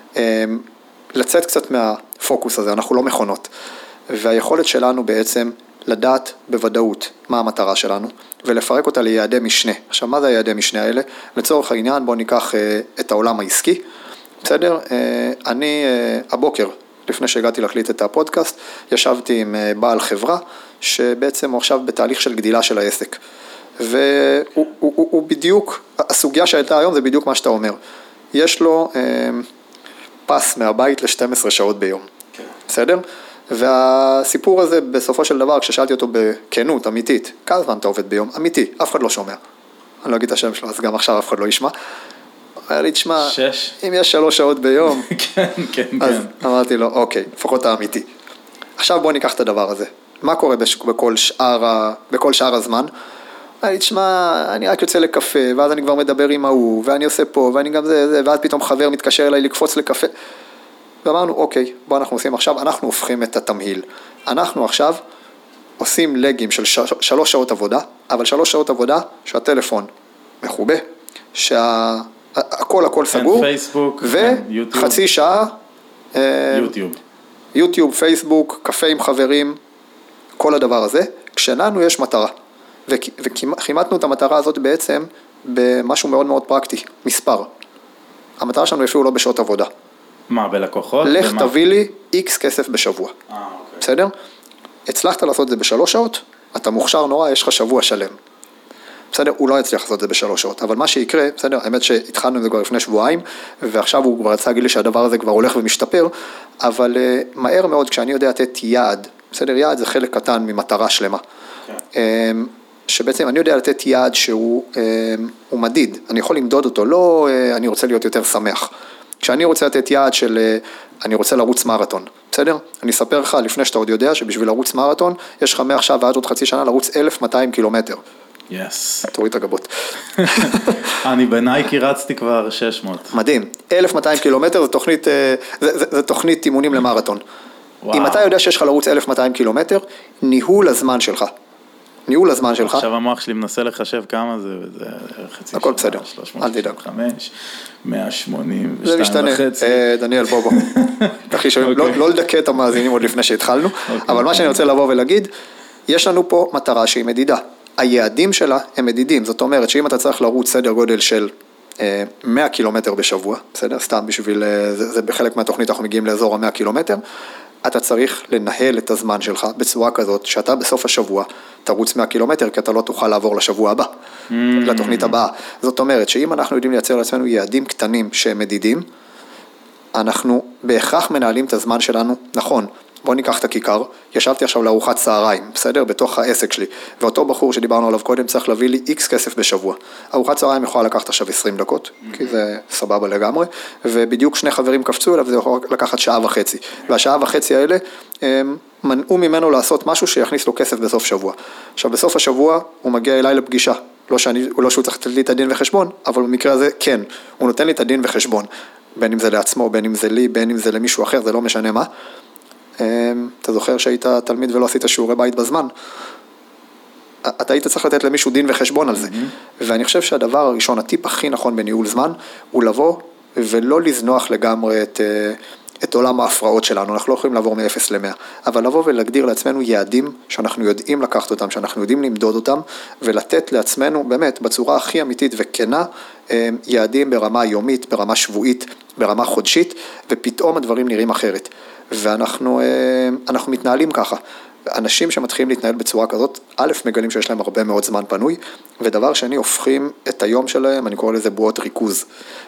לצאת קצת מהפוקוס הזה, אנחנו לא מכונות. והיכולת שלנו בעצם לדעת בוודאות מה המטרה שלנו, ולפרק אותה ליעדי משנה. עכשיו, מה זה היעדי משנה האלה? לצורך העניין, בואו ניקח את העולם העסקי, בסדר? אני הבוקר, לפני שהגעתי להקליט את הפודקאסט, ישבתי עם בעל חברה, שבעצם הוא עכשיו בתהליך של גדילה של העסק. והוא בדיוק, הסוגיה שהייתה היום זה בדיוק מה שאתה אומר. יש לו פס מהבית ל-12 שעות ביום. בסדר? והסיפור הזה בסופו של דבר, כששאלתי אותו בכנות, אמיתית, כמה זמן אתה עובד ביום? אמיתי, אף אחד לא שומע. אני לא אגיד את השם שלו, אז גם עכשיו אף אחד לא ישמע. היה לי, תשמע, אם יש 3 שעות ביום, אז אמרתי לו, אוקיי, לפחות האמיתי. עכשיו בוא ניקח את הדבר הזה. מה קורה בכל שאר הזמן? היה לי, תשמע, אני רק יוצא לקפה, ואז אני כבר מדבר עם ההוא, ואני עושה פה, ואני גם זה, ואז פתאום חבר מתקשר אליי לקפוץ לקפה. ואמרנו, אוקיי, בוא אנחנו עושים עכשיו, אנחנו הופכים את התמהיל. אנחנו עכשיו עושים לגים של 3 שעות עבודה, אבל 3 שעות עבודה שהטלפון מחובה, הכל סגור, פייסבוק, וחצי שעה, יוטיוב, פייסבוק, קפה עם חברים, כל הדבר הזה, כשלנו יש מטרה, וכימתנו את המטרה הזאת בעצם במשהו מאוד מאוד פרקטי, מספר. המטרה שלנו אפילו לא בשעות עבודה. מה, בלקוחות? לך תביא לי X כסף בשבוע. אוקיי. בסדר? הצלחת לעשות את זה ב3 שעות, אתה מוכשר נורא, יש לך שבוע שלם. בסדר? הוא לא יצליח לעשות את זה ב3 שעות, אבל מה שיקרה, בסדר, האמת שהתחלנו את זה כבר לפני שבועיים, ועכשיו הוא כבר רצה להגיד לי שהדבר הזה כבר הולך ומשתפר, אבל מהר מאוד כשאני יודע לתת יעד, בסדר, יעד זה חלק קטן ממטרה שלמה, שבעצם אני יודע לתת יעד שהוא מדיד, אני יכול למדוד אותו, לא אני רוצה להיות יותר שמח. כשאני רוצה לתת יעד של, אני רוצה לרוץ מרתון, בסדר? אני אספר לך לפני שאתה עוד יודע שבשביל לרוץ מרתון, יש לך מעכשיו ועד עוד חצי שנה לרוץ 1200 קילומטר. יס. תוריד את הגבות. אני בנייקי רצתי כבר 600. מדהים. 1200 קילומטר זה תוכנית אימונים למרתון. אם אתה יודע שיש לך לרוץ 1200 קילומטר, ניהול הזמן שלך ניהול הזמן שלך. עכשיו המוח שלי מנסה לחשב כמה זה, וזה חצי הכל בסדר, אל תדאג. 182 זה משתנה. דניאל, בוא. לא לדכא את המאזינים עוד לפני שהתחלנו, אבל מה שאני רוצה לבוא ולהגיד, יש לנו פה מטרה שהיא מדידה. היעדים שלה הם מדידים, זאת אומרת שאם אתה צריך לרוץ סדר גודל של 100 קילומטר בשבוע, בסדר? סתם בשביל, זה בחלק מהתוכנית אנחנו מגיעים לאזור ה-100 קילומטר, אתה צריך לנהל את הזמן שלך בצורה כזאת, שאתה בסוף השבוע תרוץ 100 קילומטר, כי אתה לא תוכל לעבור לשבוע הבא, לתוכנית הבאה. זאת אומרת שאם אנחנו יודעים לייצר לעצמנו יעדים קטנים שהם מדידים, אנחנו בהכרח מנהלים את הזמן שלנו, נכון, בוא ניקח את הכיכר, ישבתי עכשיו לארוחת צהריים, בסדר? בתוך העסק שלי, ואותו בחור שדיברנו עליו קודם צריך להביא לי X כסף בשבוע. ארוחת צהריים יכולה לקחת עכשיו 20 דקות, כי זה סבבה לגמרי, ובדיוק שני חברים קפצו אליו, זה יכול לקחת שעה וחצי. והשעה וחצי האלה, מנעו ממנו לעשות משהו שיכניס לו כסף בסוף שבוע. עכשיו, בסוף השבוע הוא מגיע אליי לפגישה. לא שהוא צריך לתת לי את הדין וחשבון, אבל במקרה הזה כן, הוא נותן לי את הדין וחשבון. בין אם זה לעצמו, בין אם זה לי, בין אם זה למישהו אחר, זה לא משנה מה. אתה זוכר שהיית תלמיד ולא עשית שיעורי בית בזמן, אתה היית צריך לתת למישהו דין וחשבון על זה, ואני חושב שהדבר הראשון, הטיפ הכי נכון בניהול זמן, הוא לבוא ולא לזנוח לגמרי את עולם ההפרעות שלנו, אנחנו לא יכולים לעבור מ-0 ל-100, אבל לבוא ולהגדיר לעצמנו יעדים שאנחנו יודעים לקחת אותם, שאנחנו יודעים למדוד אותם, ולתת לעצמנו באמת בצורה הכי אמיתית וכנה, יעדים ברמה יומית, ברמה שבועית, ברמה חודשית, ופתאום הדברים נראים אחרת. ואנחנו מתנהלים ככה. אנשים שמתחילים להתנהל בצורה כזאת, א', מגלים שיש להם הרבה מאוד זמן פנוי, ודבר שני, הופכים את היום שלהם, אני קורא לזה בועות ריכוז,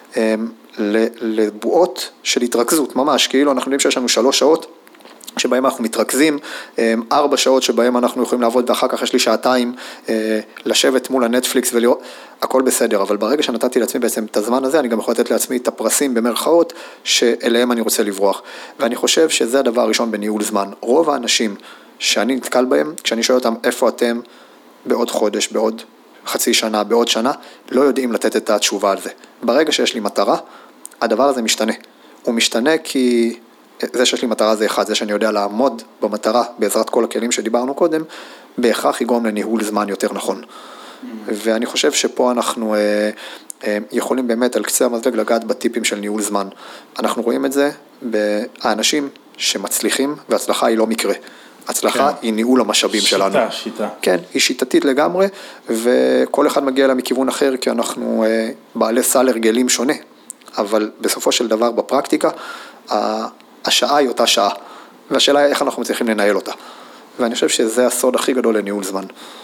לבועות של התרכזות, ממש, כאילו אנחנו יודעים שיש לנו 3 שעות, שבהם אנחנו מתרכזים, 4 שעות שבהם אנחנו יכולים לעבוד, ואחר כך יש לי 2 שעתיים לשבת מול הנטפליקס ולראות, הכל בסדר, אבל ברגע שנתתי לעצמי בעצם את הזמן הזה, אני גם יכול לתת לעצמי את הפרסים במרכאות, שאליהם אני רוצה לברוח. ואני חושב שזה הדבר הראשון בניהול זמן. רוב האנשים שאני נתקל בהם, כשאני שואל אותם איפה אתם בעוד חודש, בעוד חצי שנה, בעוד שנה, לא יודעים לתת את התשובה על זה. ברגע שיש לי מטרה, הדבר הזה משתנה. הוא משתנה כי זה שיש לי מטרה זה אחד, זה שאני יודע לעמוד במטרה בעזרת כל הכלים שדיברנו קודם, בהכרח יגרום לניהול זמן יותר נכון. ואני חושב שפה אנחנו יכולים באמת על קצה המזלג לגעת בטיפים של ניהול זמן. אנחנו רואים את זה באנשים שמצליחים, והצלחה היא לא מקרה. הצלחה היא ניהול המשאבים שלנו. שיטה. כן, היא שיטתית לגמרי, וכל אחד מגיע לה מכיוון אחר, כי אנחנו בעלי סל הרגלים שונה. אבל בסופו של דבר בפרקטיקה, השעה היא אותה שעה, והשאלה היא איך אנחנו מצליחים לנהל אותה. ואני חושב שזה הסוד הכי גדול לניהול זמן.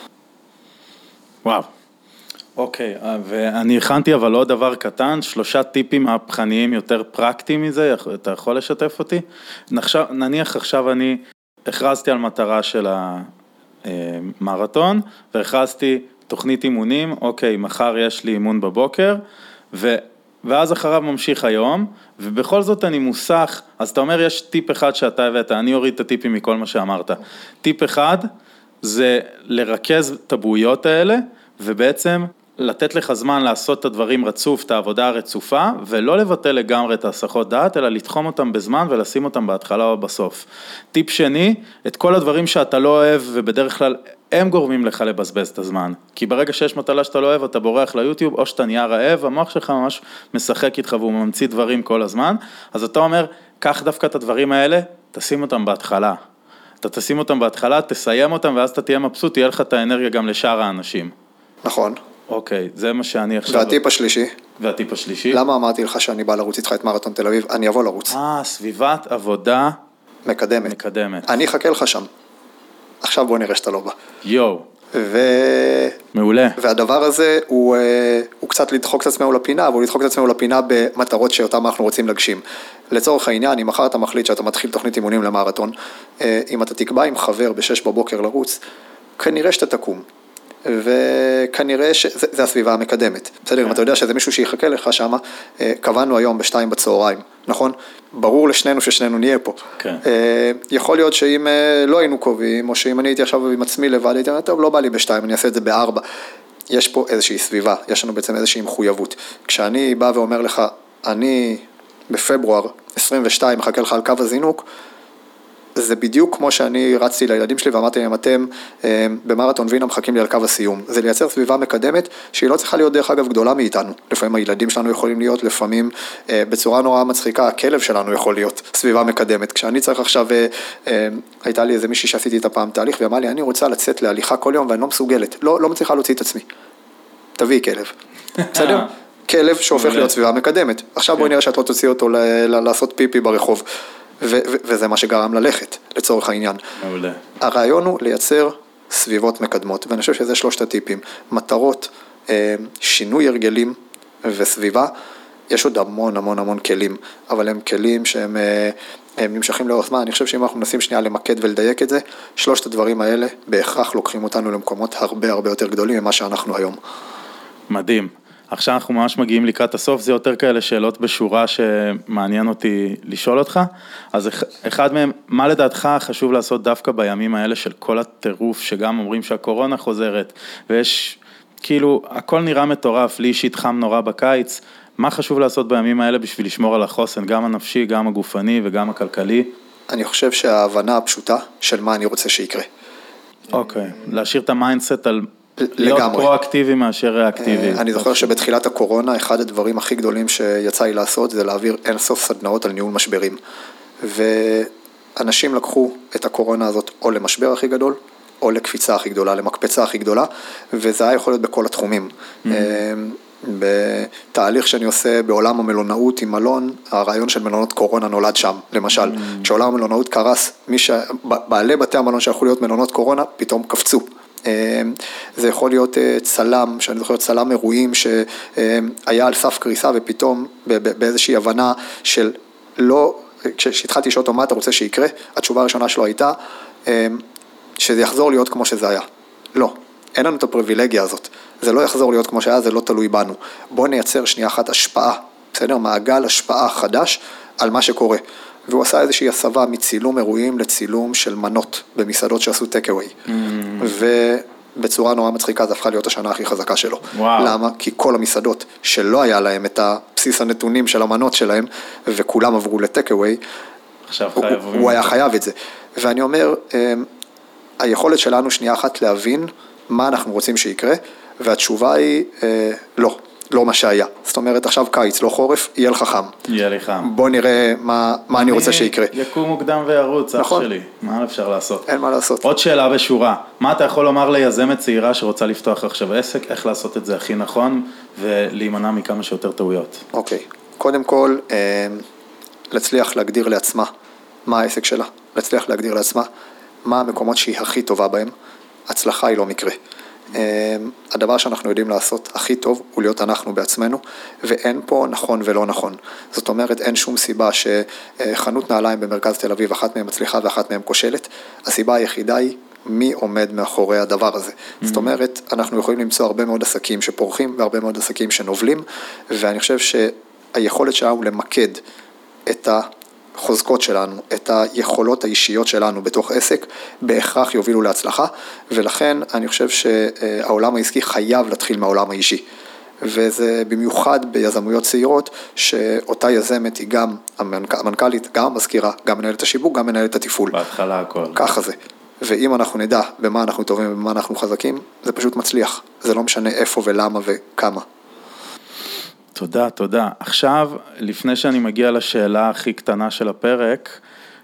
וואו. אוקיי, ואני הכנתי אבל עוד דבר קטן, 3 טיפים מהפכניים יותר פרקטיים מזה, אתה יכול לשתף אותי? נניח עכשיו אני הכרזתי על מטרה של המרתון, והכרזתי תוכנית אימונים, אוקיי, מחר יש לי אימון בבוקר, ואז אחריו ממשיך היום, ובכל זאת אני מוסך, אז אתה אומר יש טיפ אחד שאתה הבאת, אני אוריד את הטיפים מכל מה שאמרת. טיפ אחד זה לרכז את הבעיות האלה, ובעצם לתת לך זמן לעשות את הדברים רצוף, את העבודה הרצופה, ולא לבטל לגמרי את ההסחות דעת, אלא לתחום אותם בזמן ולשים אותם בהתחלה או בסוף. טיפ שני, את כל הדברים שאתה לא אוהב, ובדרך כלל הם גורמים לך לבזבז את הזמן. כי ברגע שיש מטלה שאתה לא אוהב, אתה בורח ליוטיוב, או שאתה נהיה רעב, המוח שלך ממש משחק איתך, והוא ממציא דברים כל הזמן. אז אתה אומר, קח דווקא את הדברים האלה, תשים אותם בהתחלה. אתה תשים אותם בהתחלה, תסיים אותם, ואז אתה תהיה מבסוט, תהיה לך את האנרגיה גם לשאר האנשים. נכון. אוקיי, זה מה שאני עכשיו... והטיפ השלישי? למה אמרתי לך שאני בא לרוץ איתך את מרתון תל אביב? אני אבוא לרוץ. סביבת עבודה... מקדמת. אני אחכה לך שם. עכשיו בוא נראה שאתה לא בא. יו. מעולה. והדבר הזה הוא קצת לדחוק את עצמנו לפינה, אבל הוא לדחוק את עצמנו לפינה במטרות שאותם אנחנו רוצים להגשים. לצורך העניין, אם מחר אתה מחליט שאתה מתחיל תוכנית אימונים למרתון, אם אתה תקבע עם חבר ב-6 בבוקר לרוץ, כנראה שאתה תקום. וכנראה שזה הסביבה המקדמת. בסדר, אם אתה יודע שזה מישהו שיחכה לך שם, קבענו היום ב-2 בצהריים, נכון? ברור לשנינו ששנינו נהיה פה. יכול להיות שאם לא היינו קובעים, או שאם אני הייתי עכשיו עם עצמי לבד, הייתי אומר, טוב, לא בא לי ב-2, אני אעשה את זה ב-4. יש פה איזושהי סביבה, יש לנו בעצם איזושהי מחויבות. כשאני בא ואומר לך, אני בפברואר 22 מחכה לך על קו הזינוק, זה בדיוק כמו שאני רצתי לילדים שלי ואמרתי להם, אתם במרתון וינה מחכים לי על קו הסיום. זה לייצר סביבה מקדמת שהיא לא צריכה להיות דרך אגב גדולה מאיתנו. לפעמים הילדים שלנו יכולים להיות, לפעמים בצורה נורא מצחיקה, הכלב שלנו יכול להיות סביבה מקדמת. כשאני צריך עכשיו, הייתה לי איזה מישהי שעשיתי את הפעם תהליך ואמרה לי, אני רוצה לצאת להליכה כל יום ואני לא מסוגלת, לא מצליחה להוציא את עצמי. תביאי כלב. בסדר? כלב שהופך להיות סביבה מקדמת. עכשיו בואי נראה שאת לא תוציא אותו לעשות פיפי ברחוב. וזה מה שגרם ללכת, לצורך העניין. מעולה. הרעיון הוא לייצר סביבות מקדמות, ואני חושב שזה 3 הטיפים. מטרות, שינוי הרגלים וסביבה, יש עוד המון כלים, אבל הם כלים שהם נמשכים לאורך זמן. אני חושב שאם אנחנו מנסים שנייה למקד ולדייק את זה, 3 הדברים האלה בהכרח לוקחים אותנו למקומות הרבה יותר גדולים ממה שאנחנו היום. מדהים. עכשיו אנחנו ממש מגיעים לקראת הסוף, זה יותר כאלה שאלות בשורה שמעניין אותי לשאול אותך. אז אחד מהם, מה לדעתך חשוב לעשות דווקא בימים האלה של כל הטירוף, שגם אומרים שהקורונה חוזרת, ויש כאילו, הכל נראה מטורף, לי אישית חם נורא בקיץ, מה חשוב לעשות בימים האלה בשביל לשמור על החוסן, גם הנפשי, גם הגופני וגם הכלכלי? אני חושב שההבנה הפשוטה של מה אני רוצה שיקרה. אוקיי, להשאיר את המיינדסט על להיות פרואקטיבי מאשר ריאקטיבי. אני זוכר שבתחילת הקורונה, אחד הדברים הכי גדולים שיצא לי לעשות, זה להעביר אינסוף סדנאות על ניהול משברים. ואנשים לקחו את הקורונה הזאת או למשבר הכי גדול, או לקפיצה הכי גדולה, למקפצה הכי גדולה, וזה היה יכול להיות בכל התחומים. בתהליך שאני עושה בעולם המלונאות עם מלון, הרעיון של מלונות קורונה נולד שם, למשל. כשעולם המלונאות קרס, בעלי בתי המלון שהלכו להיות מלונות קורונה, פתאום קפצו. זה יכול להיות צלם, שאני זוכר צלם אירועים שהיה על סף קריסה ופתאום באיזושהי הבנה של לא, כשהתחלתי לשאול אותו מה אתה רוצה שיקרה, התשובה הראשונה שלו הייתה שזה יחזור להיות כמו שזה היה. לא, אין לנו את הפריבילגיה הזאת. זה לא יחזור להיות כמו שהיה, זה לא תלוי בנו. בוא נייצר שנייה אחת השפעה, בסדר? מעגל השפעה חדש על מה שקורה. והוא עשה איזושהי הסבה מצילום אירועים לצילום של מנות במסעדות שעשו טק-אווי. ובצורה נורא מצחיקה זה הפכה להיות השנה הכי חזקה שלו. וואו. למה? כי כל המסעדות שלא היה להם את הבסיס הנתונים של המנות שלהם, וכולם עברו לטק-אווי, הוא היה חייב את זה. ואני אומר, היכולת שלנו שנייה אחת להבין מה אנחנו רוצים שיקרה, והתשובה היא לא מה שהיה. זאת אומרת, עכשיו קיץ, לא חורף, יהיה לך חם. יהיה לי חם. בוא נראה מה אני רוצה שיקרה. יקום מוקדם וירוץ, אח שלי. מה אפשר לעשות? אין מה לעשות. עוד שאלה בשורה. מה אתה יכול לומר ליזמת צעירה שרוצה לפתוח עכשיו עסק, איך לעשות את זה הכי נכון, ולהימנע מכמה שיותר טעויות? אוקיי. קודם כל, להצליח להגדיר לעצמה מה העסק שלה. להצליח להגדיר לעצמה מה המקומות שהיא הכי טובה בהם. הצלחה היא לא מקרה. הדבר שאנחנו יודעים לעשות הכי טוב הוא להיות אנחנו בעצמנו, ואין פה נכון ולא נכון. זאת אומרת, אין שום סיבה שחנות נעליים במרכז תל אביב, אחת מהם מצליחה ואחת מהם כושלת. הסיבה היחידה היא מי עומד מאחורי הדבר הזה. זאת אומרת, אנחנו יכולים למצוא הרבה מאוד עסקים שפורחים והרבה מאוד עסקים שנובלים, ואני חושב שהיכולת שלנו למקד את החוזקות שלנו, את היכולות האישיות שלנו בתוך עסק, בהכרח יובילו להצלחה, ולכן אני חושב שהעולם העסקי חייב להתחיל מהעולם האישי. וזה במיוחד ביזמויות צעירות, שאותה יזמת היא גם המנכ"לית, גם המזכירה, גם מנהלת השיווק, גם מנהלת התפעול. בהתחלה הכל. ככה זה. ואם אנחנו נדע במה אנחנו טובים ובמה אנחנו חזקים, זה פשוט מצליח. זה לא משנה איפה ולמה וכמה. תודה, תודה. עכשיו, לפני שאני מגיע לשאלה הכי קטנה של הפרק,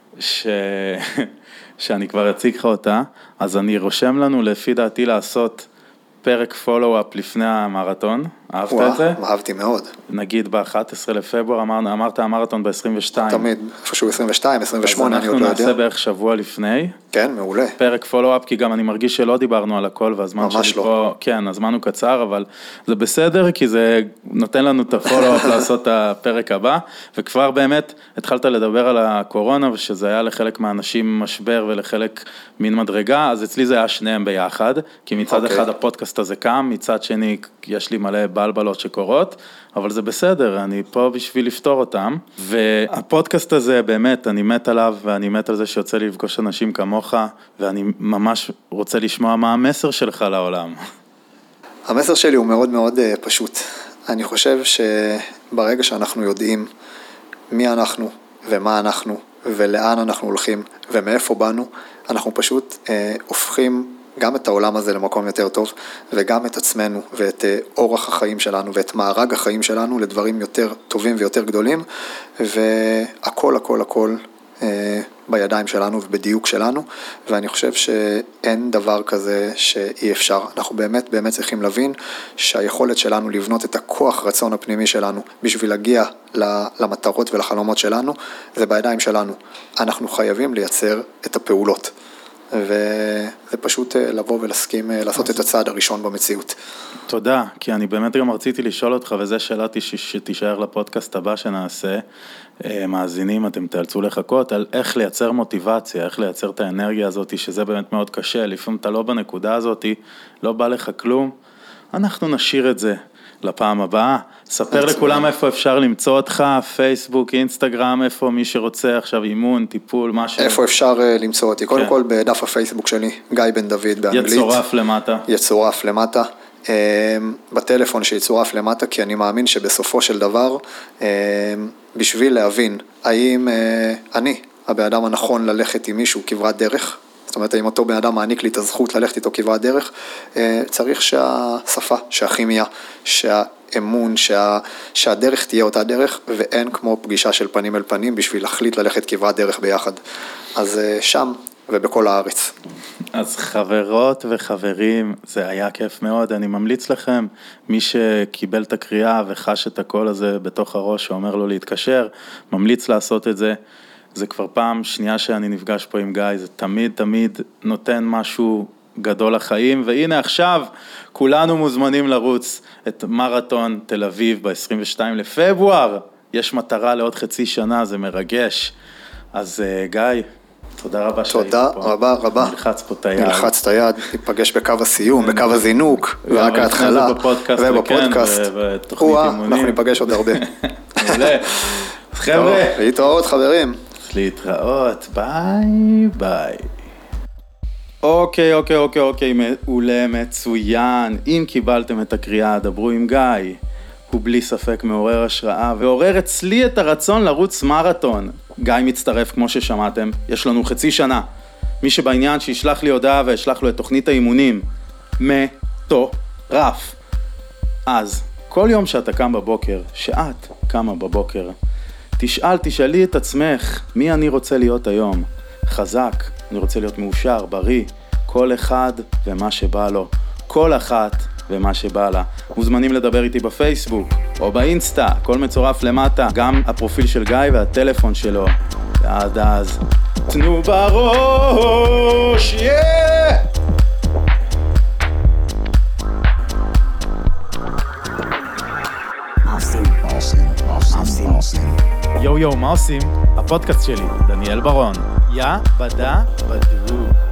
שאני כבר אציג לך אותה, אז אני רושם לנו לפי דעתי לעשות פרק פולו-אפ לפני המרתון. אהבת את זה? אהבתי מאוד. נגיד ב-11 לפברואר, אמרת המרתון ב-22. תמיד, איפשהו 22, 28, אני עוד לא יודע. אנחנו נעשה בערך שבוע לפני. כן, מעולה. פרק פולו-אפ, כי גם אני מרגיש שלא דיברנו על הכל, והזמן שלי פה, כן, הזמן הוא קצר, אבל זה בסדר, כי זה נותן לנו את הפולו-אפ לעשות את הפרק הבא, וכבר באמת התחלת לדבר על הקורונה, ושזה היה לחלק מהאנשים משבר ולחלק מין מדרגה, אז אצלי זה היה שניהם ביחד, כי מצד אחד הפודקאסט הזה קם, מצד שני יש לי מלא בלבלות שקורות, אבל זה בסדר, אני פה בשביל לפתור אותם, והפודקאסט הזה באמת, אני מת עליו, ואני מת על זה שיוצא לי לפגוש אנשים כמוך, ואני ממש רוצה לשמוע מה המסר שלך לעולם. המסר שלי הוא מאוד מאוד פשוט. אני חושב שברגע שאנחנו יודעים מי אנחנו ומה אנחנו ולאן אנחנו הולכים ומאיפה באנו, אנחנו פשוט הופכים גם את העולם הזה למקום יותר טוב, וגם את עצמנו ואת אורח החיים שלנו ואת מארג החיים שלנו לדברים יותר טובים ויותר גדולים, והכל הכל הכל בידיים שלנו ובדיוק שלנו, ואני חושב שאין דבר כזה שאי אפשר. אנחנו באמת באמת צריכים להבין שהיכולת שלנו לבנות את הכוח רצון הפנימי שלנו בשביל להגיע למטרות ולחלומות שלנו, זה בידיים שלנו. אנחנו חייבים לייצר את הפעולות. וזה פשוט לבוא ולהסכים לעשות את הצעד הראשון במציאות. תודה, כי אני באמת גם רציתי לשאול אותך, וזה שאלתי שתישאר לפודקאסט הבא שנעשה, מאזינים, אתם תאלצו לחכות, על איך לייצר מוטיבציה, איך לייצר את האנרגיה הזאת, שזה באמת מאוד קשה, לפעמים אתה לא בנקודה הזאת, לא בא לך כלום, אנחנו נשאיר את זה לפעם הבאה. ספר לכולם איפה אפשר למצוא אותך, פייסבוק, אינסטגרם, איפה מי שרוצה עכשיו אימון, טיפול, משהו. איפה אפשר למצוא אותי? קודם כל בדף הפייסבוק שלי, גיא בן דוד באנגלית. יצורף למטה. יצורף למטה. בטלפון שיצורף למטה, כי אני מאמין שבסופו של דבר, בשביל להבין האם אני, הבאדם הנכון ללכת עם מישהו כברת דרך, זאת אומרת, אם אותו בן אדם מעניק לי את הזכות ללכת איתו כברת דרך, צריך שהשפה, שהכימיה, שהאמון, שהדרך תהיה אותה דרך, ואין כמו פגישה של פנים אל פנים בשביל להחליט ללכת כברת דרך ביחד. אז שם ובכל הארץ. אז חברות וחברים, זה היה כיף מאוד. אני ממליץ לכם, מי שקיבל את הקריאה וחש את הקול הזה בתוך הראש שאומר לו להתקשר, ממליץ לעשות את זה. זה כבר פעם שנייה שאני נפגש פה עם גיא, זה תמיד נותן משהו גדול לחיים, והנה עכשיו כולנו מוזמנים לרוץ את מרתון תל אביב ב-22 לפברואר, יש מטרה לעוד חצי שנה, זה מרגש. אז גיא, תודה רבה שהיית פה. תודה רבה. נלחץ פה את היד. נלחץ את היד, ניפגש בקו הסיום, בקו הזינוק, ורק ההתחלה, ובפודקאסט. אנחנו ניפגש עוד הרבה. מעולה. חבר'ה. להתראות חברים. להתראות, ביי. אוקיי, מעולה, מצוין. אם קיבלתם את הקריאה, דברו עם גיא. הוא בלי ספק מעורר השראה, ועורר אצלי את הרצון לרוץ מרתון. גיא מצטרף כמו ששמעתם, יש לנו חצי שנה. מי שבעניין שישלח לי הודעה וישלח לו את תוכנית האימונים. מטורף. אז, כל יום שאתה קם בבוקר, שאת קמה בבוקר, תשאלי את עצמך, מי אני רוצה להיות היום? חזק, אני רוצה להיות מאושר, בריא, כל אחד ומה שבא לו, כל אחת ומה שבא לה. מוזמנים לדבר איתי בפייסבוק או באינסטה, הכל מצורף למטה, גם הפרופיל של גיא והטלפון שלו. ועד אז, תנו בראש, יו, מה עושים? הפודקאסט שלי, דניאל ברון. יא בדה בדו.